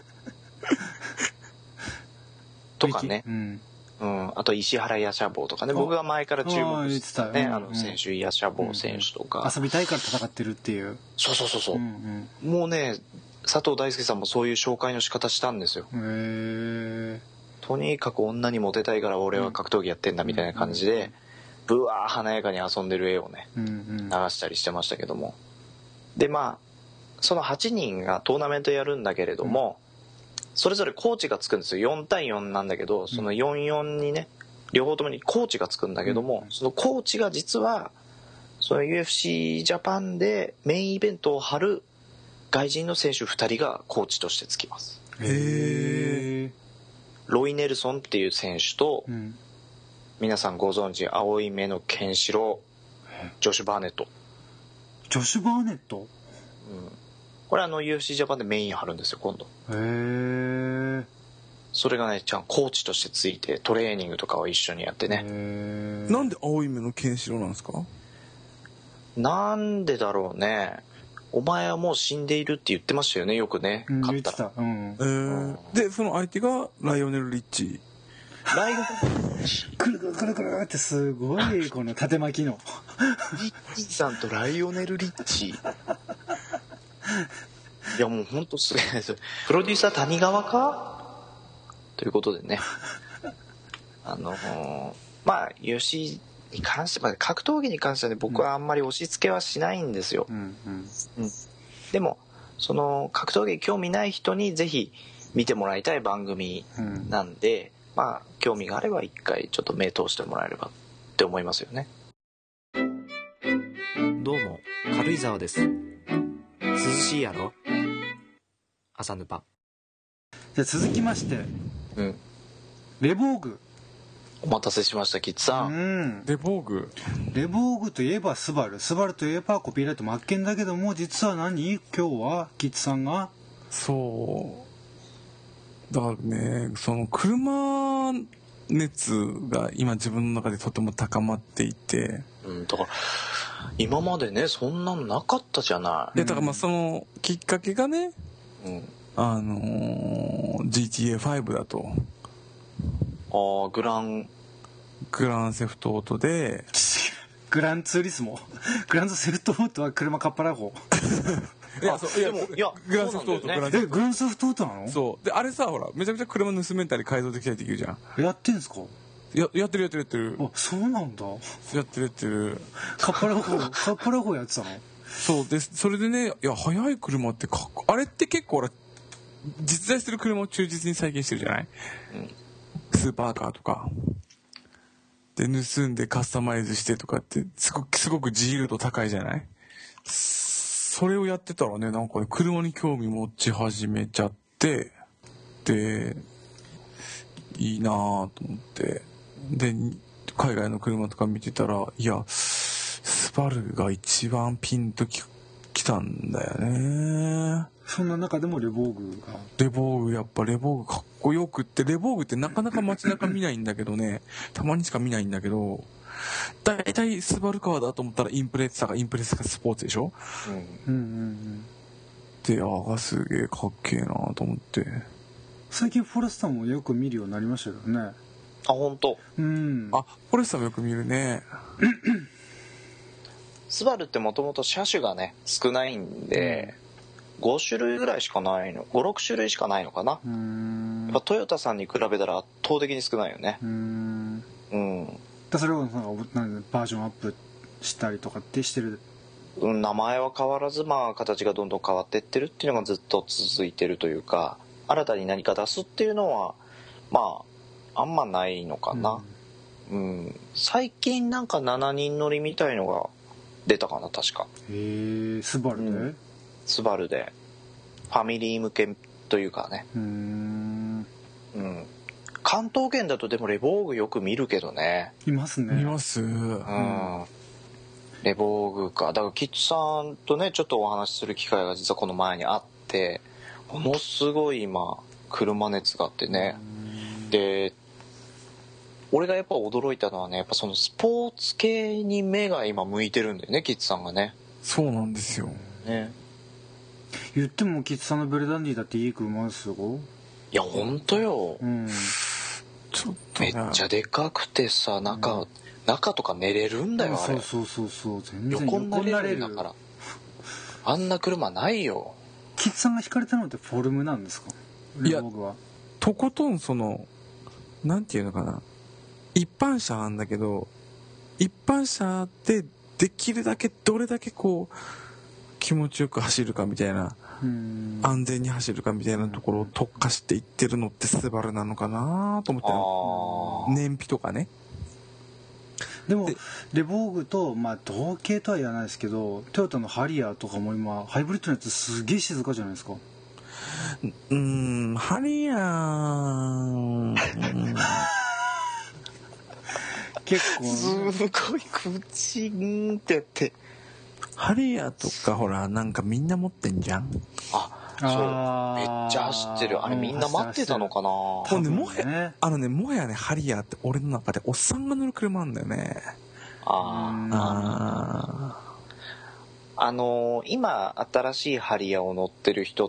とかね、うんうん、あと石原ヤシャボーとかね、僕が前から注目してたね、あの選手、ヤシャボー選手とか、 うんうん、遊びたいから戦ってるっていう。 そうそうそうそう、うんうん、もうね佐藤大輔さんもそういう紹介の仕方したんですよ。へー。とにかく女にモテたいから俺は格闘技やってんだみたいな感じで、ぶわー華やかに遊んでる絵をね、うんうん、流したりしてましたけども、でまあそのはちにんがトーナメントやるんだけれども、うん、それぞれコーチがつくんですよ。よんたいよんなんだけど、そのよんたいよんにね両方ともにコーチがつくんだけども、そのコーチが実はその ユーエフシー ジャパンでメインイベントを張る外人の選手ふたりがコーチとしてつきます。へー。ロイ・ネルソンっていう選手と、うん、皆さんご存知青い目のケンシロウ、ジョシュ・バーネット。 ジョシュ・バーネット、うん、 これあの ユーエフシー ジャパンでメイン張るんですよ今度。へー。それがねちゃんコーチとしてついてトレーニングとかを一緒にやってね。 へー。なんで青い目のケンシロウなんですか？ なんでだろうね。お前はもう死んでいるって言ってましたよねよくね、 うん、勝ったら、うん、 えー、でその相手がライオネル・リッチー。 ライオネル・リッチーくるくるくるくるってすごいこの縦巻きのリッチーさんとライオネル・リッチーいやもうほんとすげえです。プロデューサー谷川かということでねあのー、まあユーエフシーに関しては格闘技に関しては、ね、僕はあんまり押し付けはしないんですよ、うんうんうん、でもその格闘技興味ない人にぜひ見てもらいたい番組なんで、うん、まあ興味があれば一回ちょっと目通してもらえればって思いますよね。 どうも軽井沢です。涼しいやろ朝ヌパ。 じゃあ続きまして、うん、レボーグ。 お待たせしましたキッズさん、うん、 レボーグレボーグといえばスバルスバルといえばコピーライトマッケンだけども、実は何今日はキッズさんがそうだからね、その車熱が今自分の中でとても高まっていて、 うん、だから今までねそんなのなかったじゃない。 いやだからまあそのきっかけがね、うん、あのー、ジーティーエーファイブ だと。 あグラングランセフトオートでグランツーリスモグランセフトオートは車かっぱらごいやそういやでもいやグランセフトオート、ね、 えグランセフトオートなの？ そうであれさほらめちゃくちゃ車盗めたり改造できたりできるじゃん。 やってんすか？ ややってるやってるやってる。 あそうなんだ。 やってるやってる。 かっぱらごかっぱらごやってたの？ そうですそれでね、いや速い車ってかっこあれって結構俺実在してる車を忠実に再現してるじゃない、うんスーパーカーとかで盗んでカスタマイズしてとかってすごくすごく自由度高いじゃない。それをやってたらねなんかね車に興味持ち始めちゃってでいいなぁと思ってで海外の車とか見てたらいやスバルが一番ピンとききたんだよね。 そんな中でもレボーグがレボーグやっぱレボーグかっこよくってレボーグってなかなか街中見ないんだけどねたまにしか見ないんだけどだいたいスバルカーだと思ったらインプレッサーがインプレッサースポーツでしょ、うんうんうんうん、でああすげえかっけえなと思って最近フォレスターもよく見るようになりましたよね。あ本当。 うんあフォレスターもよく見るねスバルってもともと車種がね少ないんで、 ご種類ぐらいしかないの、ごろく種類しかないのかな。 うーんやっぱトヨタさんに比べたら圧倒的に少ないよね。 うーんうんだそれをなんかなんバージョンアップしたりとかってしてる。 うん名前は変わらず、まあ形がどんどん変わっていってるっていうのがずっと続いてるというか、新たに何か出すっていうのはまああんまないのかな。うん、うん、最近なんかしちにん乗りみたいのが出たかな確か。 へえスバルで、うん、 スバルでファミリー向けというかね。 うーんうん関東圏だとでもレボーグよく見るけどね。 いますね。 見ます。うん。 レボーグか。だからキッズさんとねちょっとお話しする機会が実はこの前にあって、ものすごい今車熱があってね。で、俺がやっぱ驚いたのはね、やっぱそのスポーツ系に目が今向いてるんだよね、キッズさんがね。 そうなんですよ。 ね。 言ってもキッズさんのベルダンディだっていい車ですよ。 いや本当よ。うん。 ちょっとめっちゃでかくてさ、中、うん、中とか寝れるんだよあれ。 そうそうそうそう、全然横になれるんだから。あんな車ないよ。 キッズさんが引かれたのってフォルムなんですか？ いや、とことんそのなんていうのかな、一般車なんだけど、一般車でできるだけどれだけこう気持ちよく走るかみたいな、安全に走るかみたいなところを特化していってるのってスバルなのかなと思ってる。燃費とかね。 でもレボーグとまあ同系とは言わないですけど、トヨタのハリアーとかも今ハイブリッドのやつすげえ静かじゃないですか。 うーんハリアー結構すごい口んってやって、 ハリアーとかほらなんかみんな持ってんじゃん。 あ、そうめっちゃ走ってる。あれみんな待ってたのかな。 もうね、もはやあのねもはやねハリアーって俺の中でおっさんが乗る車なんだよね。 あああのー、今新しいハリアーを乗ってる人って、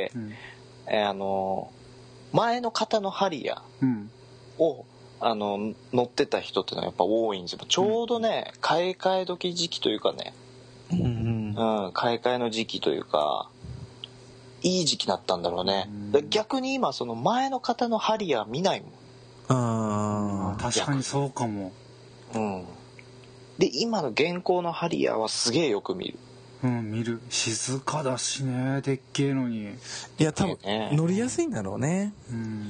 うん、えー、あのー、前の型のハリアーを、うん、あの乗ってた人ってのはやっぱ多いんですよ。ちょうどね、うん、買い替え時時期というかね、うん、うん、買い替えの時期というかいい時期だったんだろうね。うん、逆に今その前の型のハリアー見ないもん。 ああ確かにそうかも。 うん。で今の現行のハリアーはすげえよく見る。 うん見る。静かだしね、でっけえのに。 いや多分乗りやすいんだろうね。うん。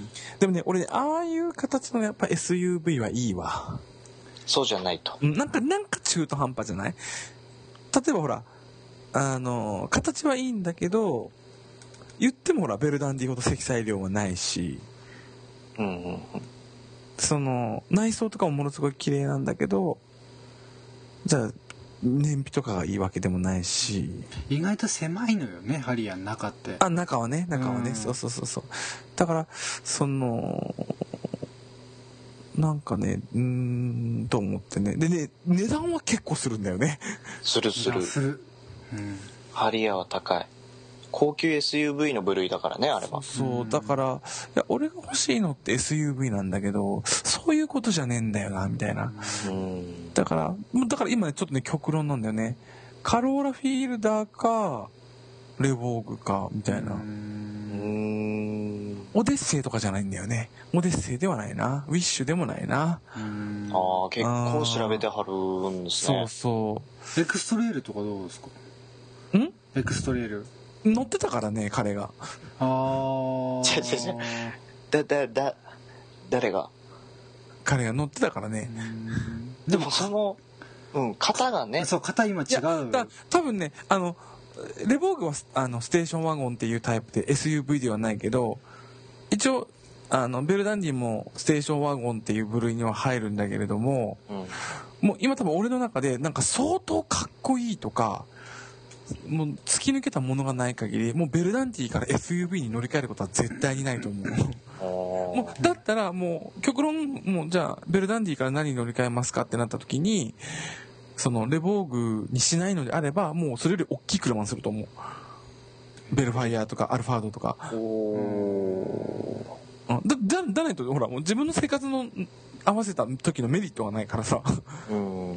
でもね俺ねああいう形のやっぱ エスユーブイ はいいわ。 そうじゃないと。 なんかなんか中途半端じゃない？例えばほらあの形はいいんだけど言ってもほらベルダンディほど積載量はないし、うんうんうん、その内装とかもものすごい綺麗なんだけど、じゃあ燃費とかがいいわけでもないし、 意外と狭いのよねハリアーの中って。 あ中はね中はね、うん、そうそうそうそう。だからそのなんかねうーんと思ってね。でね値段は結構するんだよね。 するする。 する、うん、 ハリアーは高い。高級 エスユーブイ の部類だからねあれは。 そうだからいや俺が欲しいのって エスユーブイ なんだけどそういうことじゃねえんだよなみたいな。うんだからだから今ねちょっとね極論なんだよね。カローラフィールダーかレボーグかみたいな。うーんオデッセイとかじゃないんだよね。オデッセイではないな。ウィッシュでもないな。うーんああ結構調べてはるんですね。 そうそう。エクストレールとかどうですか？ ん？ エクストレール乗ってたからね彼が。 ああ。 違う違う違う。だだだ誰が？ 彼が乗ってたからね。 でもそのうん型がね。 そう型今違う。 だ多分ねあのレボーグはあのステーションワゴンっていうタイプで エスユーブイ ではないけど一応あのベルダンディもステーションワゴンっていう部類には入るんだけれども、うん、もう今多分俺の中でなんか相当かっこいいとかもう突き抜けたものがない限りもうベルダンディから エスユーブイ に乗り換えることは絶対にないと思う。もうだったらもう極論もうじゃあベルダンディから何に乗り換えますかってなった時にそのレボーグにしないのであればもうそれより大きい車にすると思う。ベルファイアとかアルファードとか。おだだだないとほらもう自分の生活の合わせた時のメリットがないからさ。うん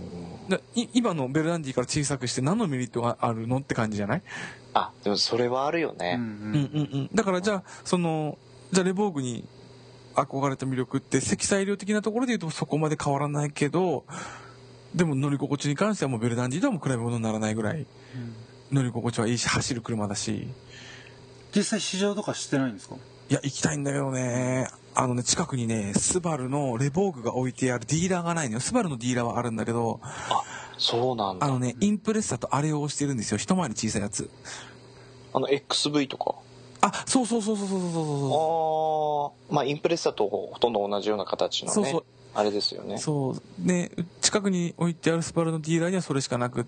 だい今のベルダンディから小さくして何のメリットがあるのって感じじゃない？ あ、でもそれはあるよね。 うんうんうん。だからじゃあそのじゃあレボーグに憧れた魅力って積載量的なところで言うとそこまで変わらないけど、でも乗り心地に関してはもうベルダンディとはもう比べ物にならないぐらい乗り心地はいいし走る車だし。 実際試乗とかしてないんですか？ いや行きたいんだよね。あのね近くにねスバルのレボーグが置いてあるディーラーがないのよ。スバルのディーラーはあるんだけど、 あ、そうなんだ。 あのねインプレッサとあれを押してるんですよ。一回り小さいやつ。 あの エックスブイ とか。 あ、そうそうそうそうそうそうそう。ああ、まあインプレッサとほとんど同じような形のね。そうそう。あれですよね。 そうね、近くに置いてあるスバルのディーラーにはそれしかなくって、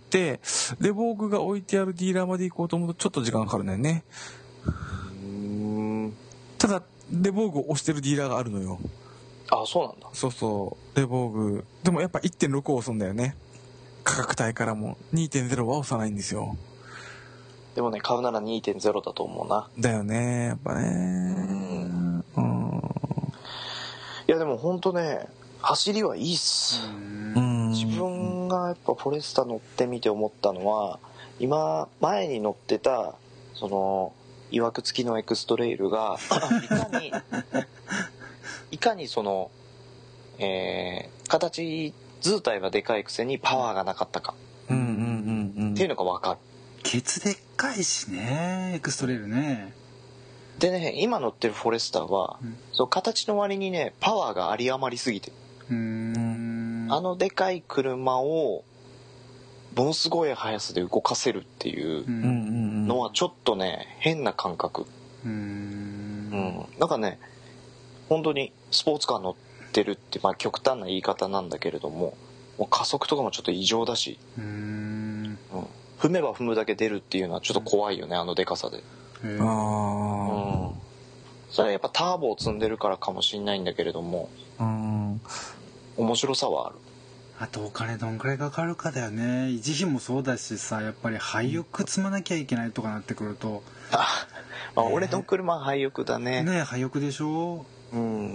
レボーグが置いてあるディーラーまで行こうと思うとちょっと時間かかるんだよね。 うーん。ただレボーグを押してるディーラーがあるのよ。 あ、そうなんだ。 そうそう、レボーグでもやっぱ いってんろく を押すんだよね。価格帯からも にてんゼロ は押さないんですよ。 でもね、買うなら にてんゼロ だと思うな。 だよね、やっぱね。うん。 いやでも本当ね、走りはいいっす。うん。自分がやっぱフォレスタ乗ってみて思ったのは、今前に乗ってたそのいわくつきのエクストレイルがいかにいかにその、えー、形図体はでかいくせにパワーがなかったか、うんうんうんうん、っていうのが分かる。 ケツでっかいしね、エクストレイルね。 でね、今乗ってるフォレスターは、うん、その形の割にねパワーが有り余りすぎてる。うーん、あのでかい車をものすごい速さで動かせるっていうのはちょっとね変な感覚。うーん、うん、なんかね本当にスポーツカー乗ってるって、まあ、極端な言い方なんだけれども、もう加速とかもちょっと異常だし、うーん、うん、踏めば踏むだけ出るっていうのはちょっと怖いよね、あのでかさで。あ、うん、それはやっぱターボを積んでるからかもしれないんだけれども、うん、面白さはある。 あとお金どんくらいかかるかだよね。維持費もそうだしさ、やっぱり廃屋積まなきゃいけないとかなってくると、 あ、まあ、俺の車は廃屋だね。 ね、廃屋でしょ。うん、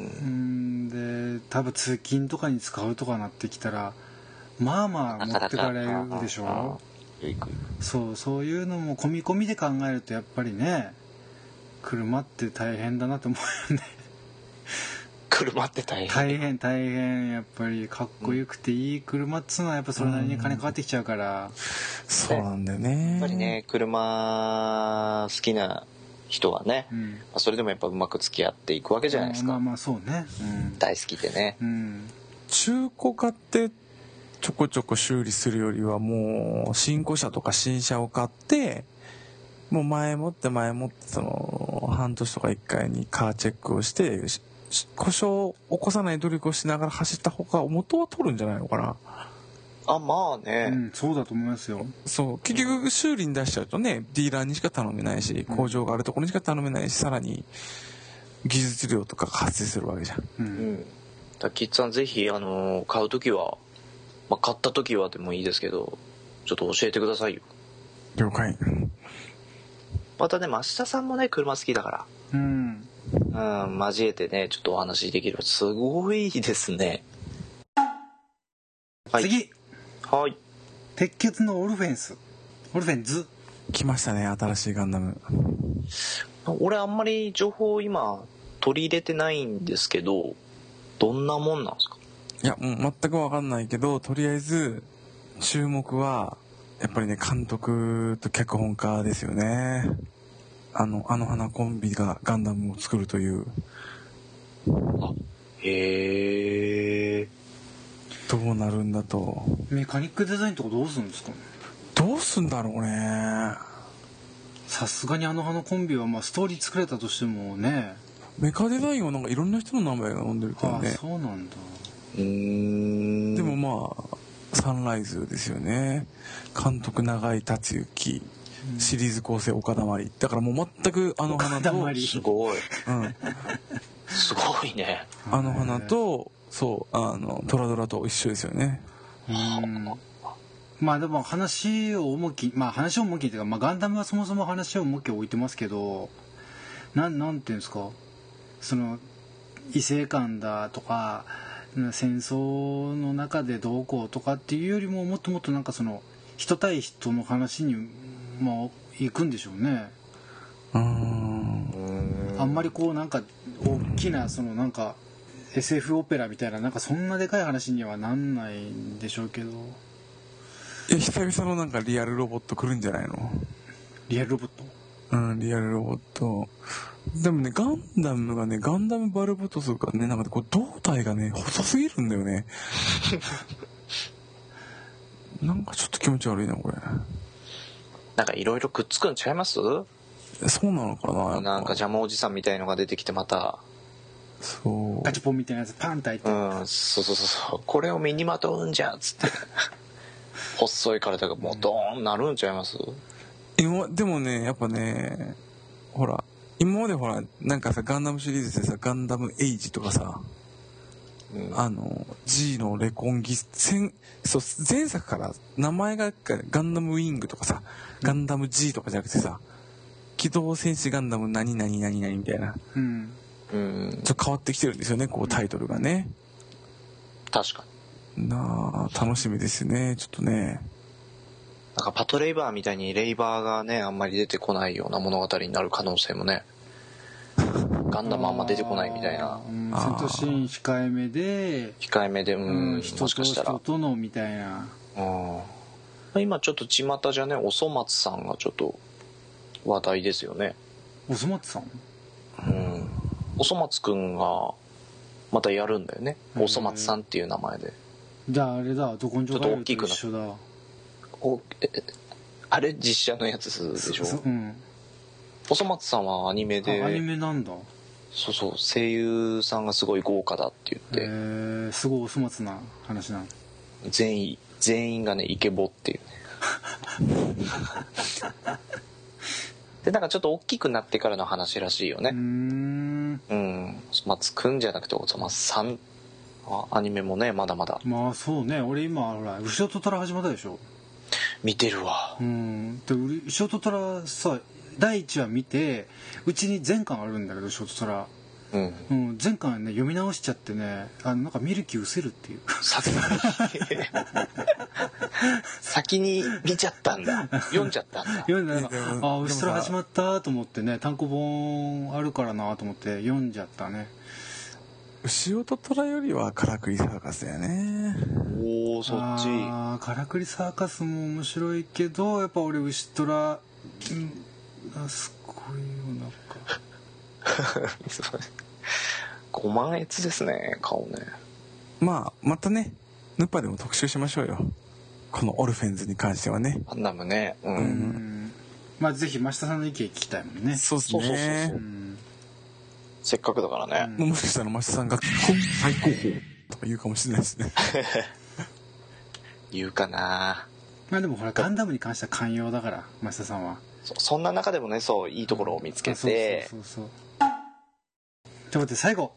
うんで多分通勤とかに使うとかなってきたらまあまあ持ってかれるでしょ。そうそういうのも込み込みで考えるとやっぱりね、車って大変だなと思うよね。 車って大変大変大変やっぱりかっこよくていい車っつうのはやっぱそれなりに金かかってきちゃうから、うん、 そうなんだよね。 やっぱりね車好きな人はね、うん、それでもやっぱうまく付き合っていくわけじゃないですか。 まあまあそうね、うん、 大好きでね、うん、 中古買ってちょこちょこ修理するよりはもう新古車とか新車を買ってもう前もって前もってその半年とかいっかいにカーチェックをして故障を起こさない努力をしながら走った方が元は取るんじゃないのかな。 あ、まあね、 うん、そうだと思いますよ。 そう結局修理に出しちゃうとねディーラーにしか頼めないし、工場があるところにしか頼めないし、さらに技術料とかが発生するわけじゃん。うん、うん、 だキッズさんぜひあのー、買う時は、まあ、買った時はでもいいですけどちょっと教えてくださいよ。 了解。 またね増田さんもね車好きだから、うん、うん、交えてねちょっとお話できればすごいですね。 はい、次、 はい、 鉄血のオルフェンスオルフェンズ来ましたね、新しいガンダム。 俺あんまり情報今取り入れてないんですけどどんなもんなんですか？ いやもう全く分かんないけどとりあえず注目はやっぱりね監督と脚本家ですよね。あのあの花コンビがガンダムを作るという。 あ、へえ。 どうなるんだと。 メカニックデザインとかどうするんですか？ どうすんだろうね。 さすがにあの花コンビはまあストーリー作れたとしてもね。 メカデザインはなんかいろんな人の名前が載んでるからね。 ああ、そうなんだ。 うーん。でもまあサンライズですよね。監督永井達之、うん、シリーズ構成岡田真理。だからもう全くあの花とすごい、うん、すごいね。 あの花とそうあのトラドラと一緒ですよね。 うん。まあでも話を重きまあ話を重きっていうか、まあ、ガンダムはそもそも話を重きを置いてますけど、なんなんていうんですか、その異性感だとか戦争の中でどうこうとかっていうよりももっともっとなんかその人対人の話にも行くんでしょうね。 うーんあんまりこうなんか大きなそのなんか エスエフ オペラみたいななんかそんなでかい話にはなんないんでしょうけど。 いや久々のなんかリアルロボット来るんじゃないの？ リアルロボット？ うんリアルロボット。でもねガンダムがねガンダムバルボトスがねなんかこう胴体がね細すぎるんだよね。なんかちょっと気持ち悪いなこれ。 なんかいろいろくっつくんちゃいます？ そうなのかな。 なんか邪魔おじさんみたいのが出てきてまたそうガチポンみたいなやつパンと開いて、 うんそうそうそうそうこれを身にまとうんじゃっつって細い体がもうドーンなるんちゃいます？ 今でもねやっぱねほら今までほらなんかさガンダムシリーズでさガンダムエイジとかさ、うん、あの G のレコンギス前そう前作から名前がガンダムウィングとかさガンダム G とかじゃなくてさ機動戦士ガンダム何々何々みたいな、 うんうん、ちょっと変わってきてるんですよねこうタイトルがね。 確かになあ楽しみですねちょっとね。 なんかパトレイバーみたいにレイバーがねあんまり出てこないような物語になる可能性もねガンダムあんま出てこないみたいな、 うん、戦闘シーン控えめで控えめで、うん、 うん、人と人とのみたいな、 うん、今ちょっと巷じゃねおそ松さんがちょっと話題ですよね。 おそ松さん？ うんおそ松くんがまたやるんだよねおそ松さんっていう名前で。 じゃああれだど根性ガエルと一緒だ。 おえあれ実写のやつでしょ。うん、おそ松さんはアニメで。 アニメなんだ。 そうそう声優さんがすごい豪華だって言って、 えー、すごいお粗末な話なの。 全員全員がねイケボっていうねでなんかちょっと大きくなってからの話らしいよね。うーんうんおそ松くんじゃなくておそ松さんアニメもねまだまだ。 まあそうね俺今ほら後ろと虎始まったでしょ。 見てるわ。 うんで後ろと虎さだいいちわ見てうちに全巻あるんだけど後ろと虎、うんうん、全巻ね読み直しちゃってねあのなんか見る気失せるっていう先に先に見ちゃったんだ読んじゃったんだ読んだなんかあ後ろ虎始まったと思ってね単行本あるからなと思って読んじゃったね。 牛音虎よりはカラクリサーカスだよね。 おおそっち。 あカラクリサーカスも面白いけどやっぱ俺牛虎、うん、あすごいよなんかごまん越ですね顔ね。 まあまたねヌッパでも特集しましょうよこのオルフェンズに関してはね。 ガンダムねうん、うん、 まあぜひ増田さんの意見聞きたいもんね。 そうですね。そうそうそうそう、 うんせっかくだからね、 うん、もしかしたら増田さんが最高峰とか言うかもしれないですね言うかな。 まあでもほらガンダムに関しては寛容だから増田さんはそ, そんな中でもねそういいところを見つけて、 うん、そうそうそうそうということで最後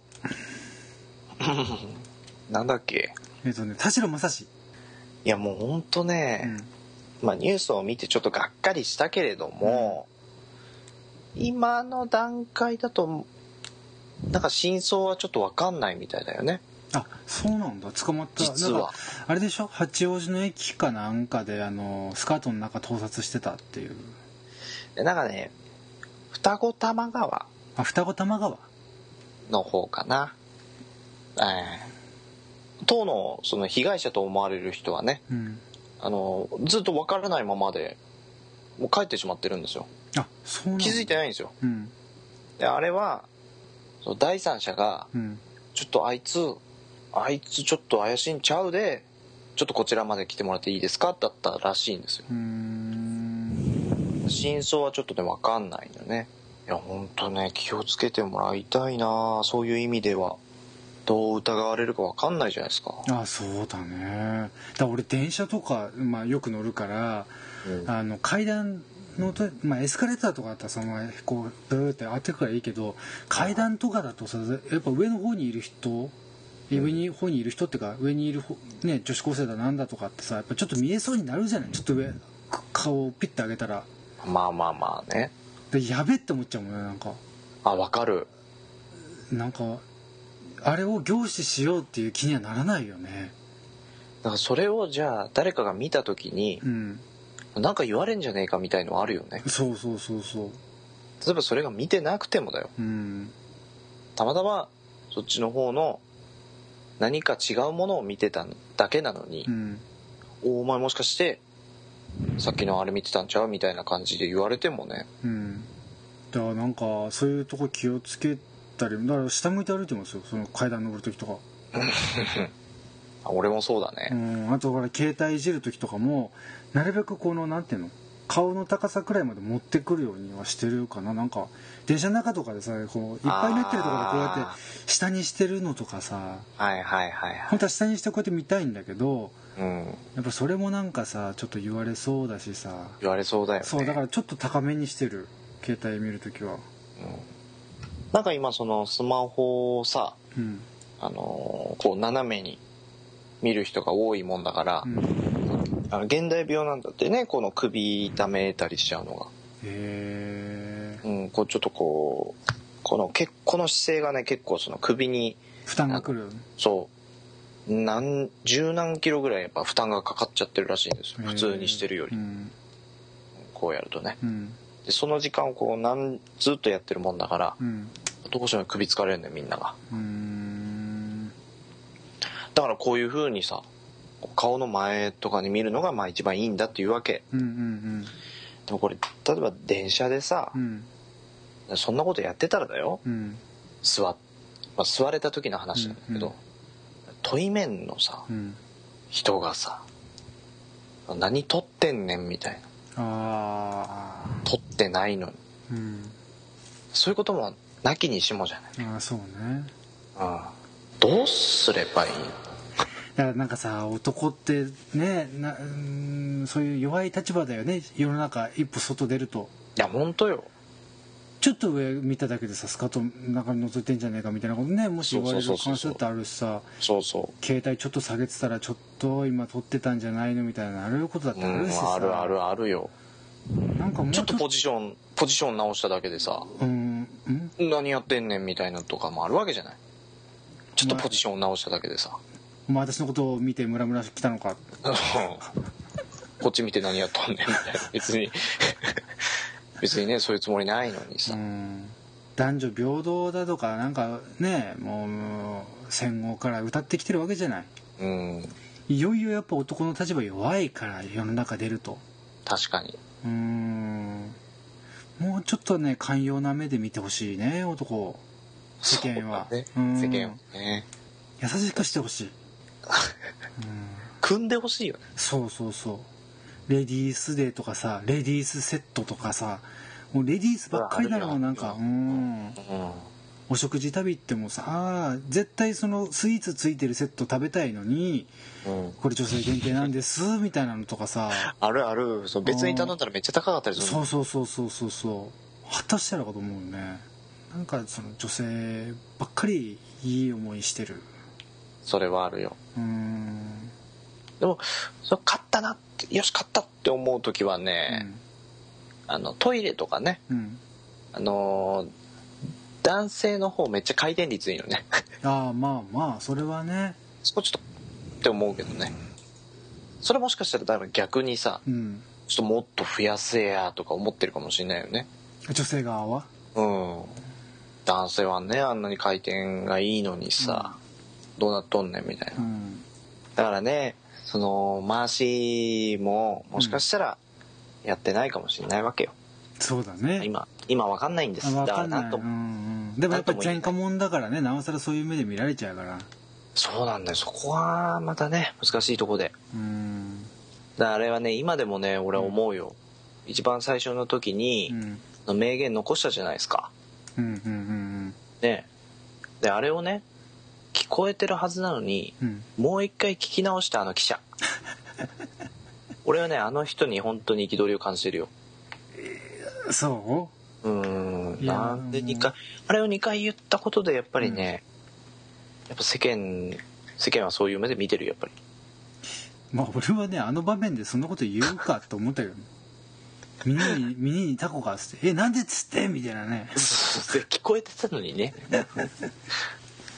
なんだっけえっとね田代正史。 いやもうほんとね、うん、まあニュースを見てちょっとがっかりしたけれども、うん、今の段階だとなんか真相はちょっと分かんないみたいだよね。 あそうなんだ捕まった。 実はあれでしょ八王子の駅かなんかであのスカートの中盗撮してたっていう。 なんかね双子玉川あ双子玉川の方かな、えー、当のその被害者と思われる人はね、うん、あのずっと分からないままでもう帰ってしまってるんですよ。 あそうなんだ。 気づいてないんですよ、 うん、 であれはその第三者が、うん、ちょっとあいつあいつちょっと怪しいんちゃうでちょっとこちらまで来てもらっていいですかだったらしいんですよ。うーん真相はちょっとね分かんないんだよね。いやほんとね気をつけてもらいたいな。そういう意味ではどう疑われるか分かんないじゃないですか。 あそうだね。だ俺電車とか、まあ、よく乗るから、うん、あの階段のと、まあ、エスカレーターとかだったらそのままこうブーって上がってくからいいけど階段とかだとさやっぱ上の方にいる人上に方にいる人っていうか上にいる、ね、女子高生だなんだとかってさやっぱちょっと見えそうになるじゃない。ちょっと上顔をピッて上げたらまあまあまあねでやべって思っちゃうもんねなんか。 あ分かる。 なんかあれを凝視しようっていう気にはならないよね。 だからそれをじゃあ誰かが見た時に、うん、なんか言われんじゃねえかみたいのはあるよね。 そうそうそうそう。 例えばそれが見てなくてもだよ、うん、たまたまそっちの方の何か違うものを見てただけなのに、うん、お, お前もしかしてさっきのあれ見てたんちゃうみたいな感じで言われてもね、 うん、だからなんかそういうとこ気をつけたり、だから下向いて歩いてますよ、その階段登る時とか俺もそうだね、 うん、あとほら携帯いじる時とかもなるべくこのなんていうの顔の高さくらいまで持ってくるようにはしてるかな。なんか電車の中とかでさこういっぱいになってるところでこうやって下にしてるのとかさ、 はいはいはいはい、 本当は下にしてこうやって見たいんだけど、 うん、 やっぱそれもなんかさちょっと言われそうだしさ、 言われそうだよね。 そうだからちょっと高めにしてる、携帯見るときは、うん、 なんか今そのスマホをさ、うん、あのー、こう斜めに見る人が多いもんだから、うん、あの現代病なんだってね、この首痛めたりしちゃうのが。へー、うん、こうちょっとこうこのけこの姿勢がね結構その首に負担がくる。 そう何十何キロぐらいやっぱ負担がかかっちゃってるらしいんですよ、普通にしてるより、うん、こうやるとね、うん、でその時間をこうなんずっとやってるもんだから、うん、どうしても首疲れるんだよみんなが。うーん、だからこういう風にさ顔の前とかに見るのがまあ一番いいんだっていうわけ、うんうんうん、でもこれ例えば電車でさ、うん、そんなことやってたらだよ、うん、座、まあ、座れた時の話なんだけど、うんうん、対面のさ、うん、人がさ何撮ってんねんみたいな、あ撮ってないのに、うん、そういうこともなきにしもじゃない。 あ、そうね、 ああどうすればいいの。 だからなんかさ男ってねな、うん、そういう弱い立場だよね、世の中一歩外出ると。 いや本当よ、 ちょっと上見ただけでさスカート中に覗いてんじゃねえかみたいなことね、もし言われる可能性だってあるしさ、 そうそう携帯ちょっと下げてたらちょっと今撮ってたんじゃないのみたいなあることだってあるしさ、 うん、あるあるあるよ。 なんかもうちょっとポジションポジション直しただけでさ、うん、ん何やってんねんみたいなとかもあるわけじゃない。ちょっとポジション直しただけでさ、 お前私のことを見てムラムラ来たのかこっち見て何やっとんねんみたいな、別に別にねそういうつもりないのにさ、うん、 男女平等だとかなんかねもう戦後から歌ってきてるわけじゃない、うん、いよいよやっぱ男の立場弱いから世の中出ると。 確かに、 うーん、もうちょっとね寛容な目で見てほしいね男、世間は、 ね、世間はね優しくしてほしい、うん、 組んでほしいよね。 そうそうそう、レディースデーとかさレディースセットとかさ、もうレディースばっかりなのなんか、うん、うん、お食事旅行ってもさあ絶対そのスイーツついてるセット食べたいのに、うん、これ女性限定なんですみたいなのとかさあるある、そう別に頼んだらめっちゃ高かったりする。 そうそうそうそうそうそう果たしたらかと思うよね。なんかその女性ばっかりいい思いしてる。 それはあるよ。うーん、でもそ買ったなってよし買ったって思う時はね、うん、あのトイレとかね、うん、あのー、男性の方めっちゃ回転率いいのねああまあまあそれはねそこちょっとって思うけどね。それもしかしたら多分逆にさ、うん、ちょっともっと増やせやとか思ってるかもしれないよね、 女性側は。 うん、男性はねあんなに回転がいいのにさ、うん、どうなっとんねんみたいな、うん、だからねその回しももしかしたらやってないかもしれないわけよ、 うん、そうだね。 今今わかんないんです。 わかんない。だからなんと、うんうん、でもやっぱり前科者だからねなおさらそういう目で見られちゃうから。 そうなんだよ、そこはまたね難しいとこで、うん、だからあれはね今でもね俺は思うよ、うん、一番最初の時に、うん、名言残したじゃないですか、うんうんうんうん、ねであれをね聞こえてるはずなのに、うん、もう一回聞き直したあの記者俺はねあの人に本当に憤りを感じてるよ。 えー、そううんなんでにかいあれをにかい言ったことでやっぱりね、うん、やっぱ世間世間はそういう目で見てるやっぱり。 まあ俺はねあの場面でそんなこと言うかと思ったけど、ね、耳に耳にタコがつってえなんでっつってみたいなね聞こえてたのにね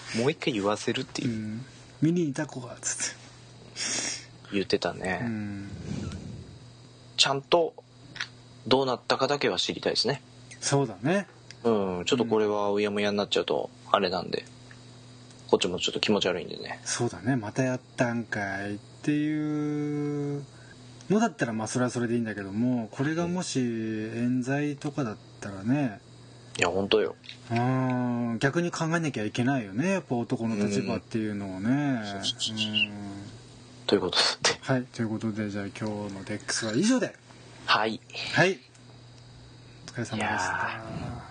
もう一回言わせるっていう、うん、 見にいた子がつって言ってたね、 うん、 ちゃんとどうなったかだけは知りたいですね。 そうだね。 うん、ちょっとこれはうやむやになっちゃうとあれなんで、こっちもちょっと気持ち悪いんでね。 そうだね、またやったんかいっていうのだったらまあそれはそれでいいんだけども、これがもし冤罪とかだったらね、 いや本当よ。 うん、逆に考えなきゃいけないよね、やっぱ男の立場っていうのをね、うん、 ということで、 はい、ということでじゃあ今日のデックスは以上で、 はいはいお疲れ様でした。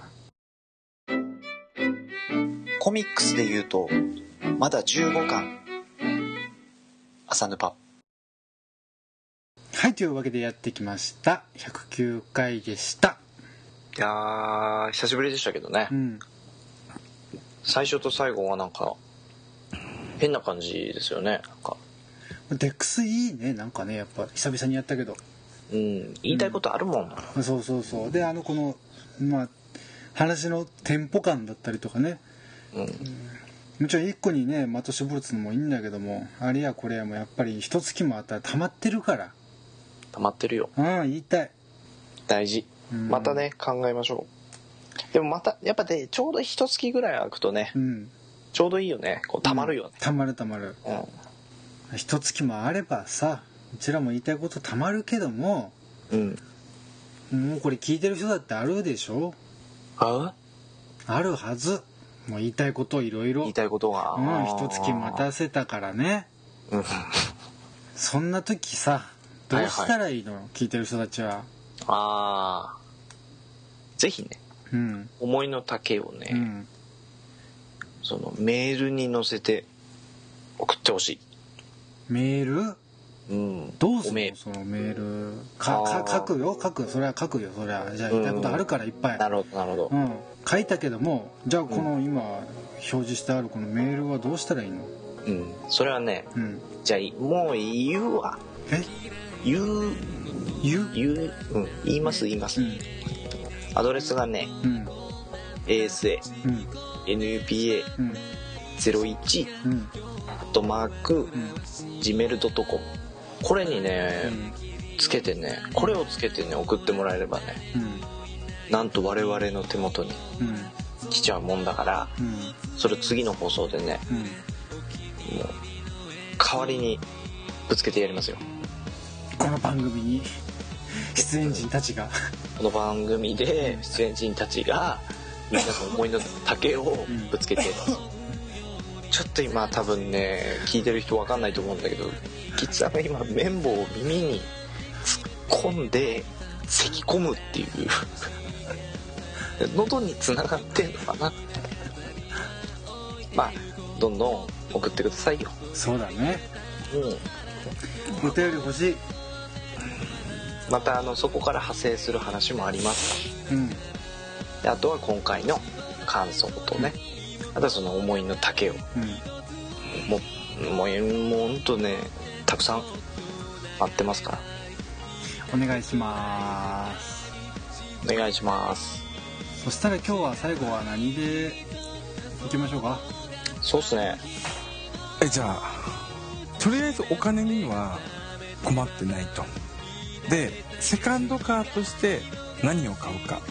コミックスで言うとまだじゅうごかん朝ヌパ。 はい、というわけでやってきましたひゃくきゅうかいでした。 いやー久しぶりでしたけどね、うん、最初と最後はなんか変な感じですよね。なんかデックスいいね、なんかね、やっぱ久々にやったけど、 うん、言いたいことあるもん、 うん、そうそうそう。であのこのまあ話のテンポ感だったりとかね、うんうん、もちろん一個にね的絞るのもいいんだけども、あれやこれやもやっぱり一月もあったら溜まってるから。 溜まってるよ。 うん、言いたい。 大事。またね考えましょう。でもまたやっぱねちょうど一月ぐらい空くとね、うん、ちょうどいいよね。こう溜まるよね。 うん、溜まる溜まる。うん、一月もあればさ、うちらも言いたいこと溜まるけども、うん、もうこれ聞いてる人だってあるでしょ。 あ？ あるはず。もう言いたいこといろいろ。 言いたいことが。 うん、一月待たせたからね。うん、そんな時さ、どうしたらいいの？はいはい、聞いてる人たちは。 ああ、ぜひね、うん、思いの丈をね、うん、そのメールに載せて送ってほしい。 メール？うん、どうするのそのメールかか書くよ書くそれは書くよそれは。じゃあ言いたいことあるからいっぱい、 うん、なるほどなるほど、 うん、書いたけども、じゃあこの今表示してあるこのメールはどうしたらいいの？ うん、それはね、うん、じゃあもう言うわ。 え？ 言う言う？ 言う、うん、言います言います、うん、アドレスがね、うん、エーエスエー、うん、エヌユーピーエーゼロいち アットマーク ジーメールドットコム、これにね、うん、つけてね、これをつけてね送ってもらえればね、うん、なんと我々の手元に来ちゃうもんだから、うん、それ次の放送でね、うん、もう代わりにぶつけてやりますよ。 この番組に出演陣たちがこの番組で出演陣たちがみんなの思いの丈をぶつけて、うん、ちょっと今多分ね聞いてる人分かんないと思うんだけど、キツアが今綿棒を耳に突っ込んで咳込むっていう喉に繋がってんのかな。まあどんどん送ってくださいよ。 そうだね、うん、お便り欲しい。 またあのそこから派生する話もあります、うん、であとは今回の感想とね、うん、あとはその思いの丈を、うん、もうもうもうほんとねたくさん待ってますから。 お願いします。 お願いします。 そしたら今日は最後は何でいきましょうか。 そうっすね。 えじゃあとりあえずお金には困ってないと。でセカンドカーとして何を買うか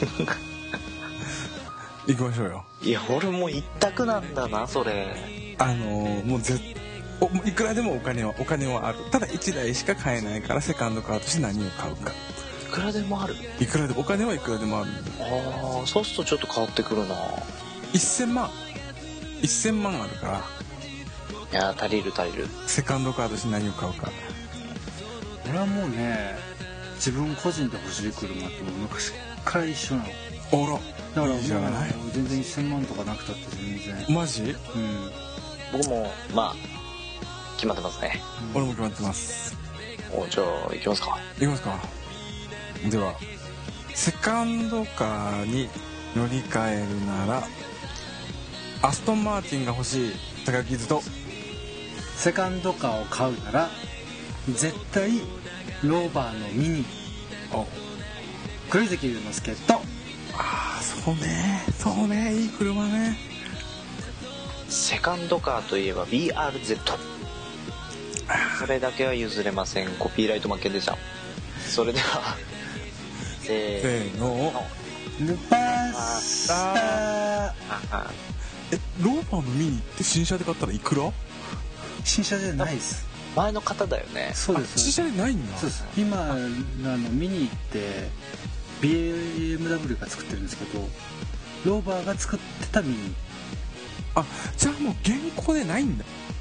行きましょうよ。 いや俺も一択なんだなそれ。 あのー、もうぜおいくらでもお金はお金はある。ただいちだいしか買えないからセカンドカーとして何を買うか。 いくらでもある。 いくらでお金はいくらでもある。 ああそうするとちょっと変わってくるな。 せんまんせんまんあるから。 いや足りる足りる。 セカンドカーとして何を買うか。 俺はもうね自分個人で欲しい車って昔から一緒なの。 あらだからもうじゃない、全然せんまんとかなくたって全然。 マジ？うん。 僕もまあ決まってますね、 うん、俺も決まってます。 おじゃあ行きますか。 行きますか。ではセカンドカーに乗り換えるならアストンマーティンが欲しい高木図と、 セカンドカーを買うなら絶対ローバーのミニ。お黒崎龍之介と。 ああそうねそうねいい車ね。 セカンドカーといえば ビーアールゼット、 それだけは譲れません。コピーライト負けでした。それではせーの、 ルパスター。 えローバーのミニって新車で買ったらいくら？ 新車じゃないです。 前の方だよね。 そうです。 新車でないんだ。 そうです。今あのミニって ビーエムダブリュー が作ってるんですけど、ローバーが作ってたミニ。 あ、じゃあもう現行でないんだ。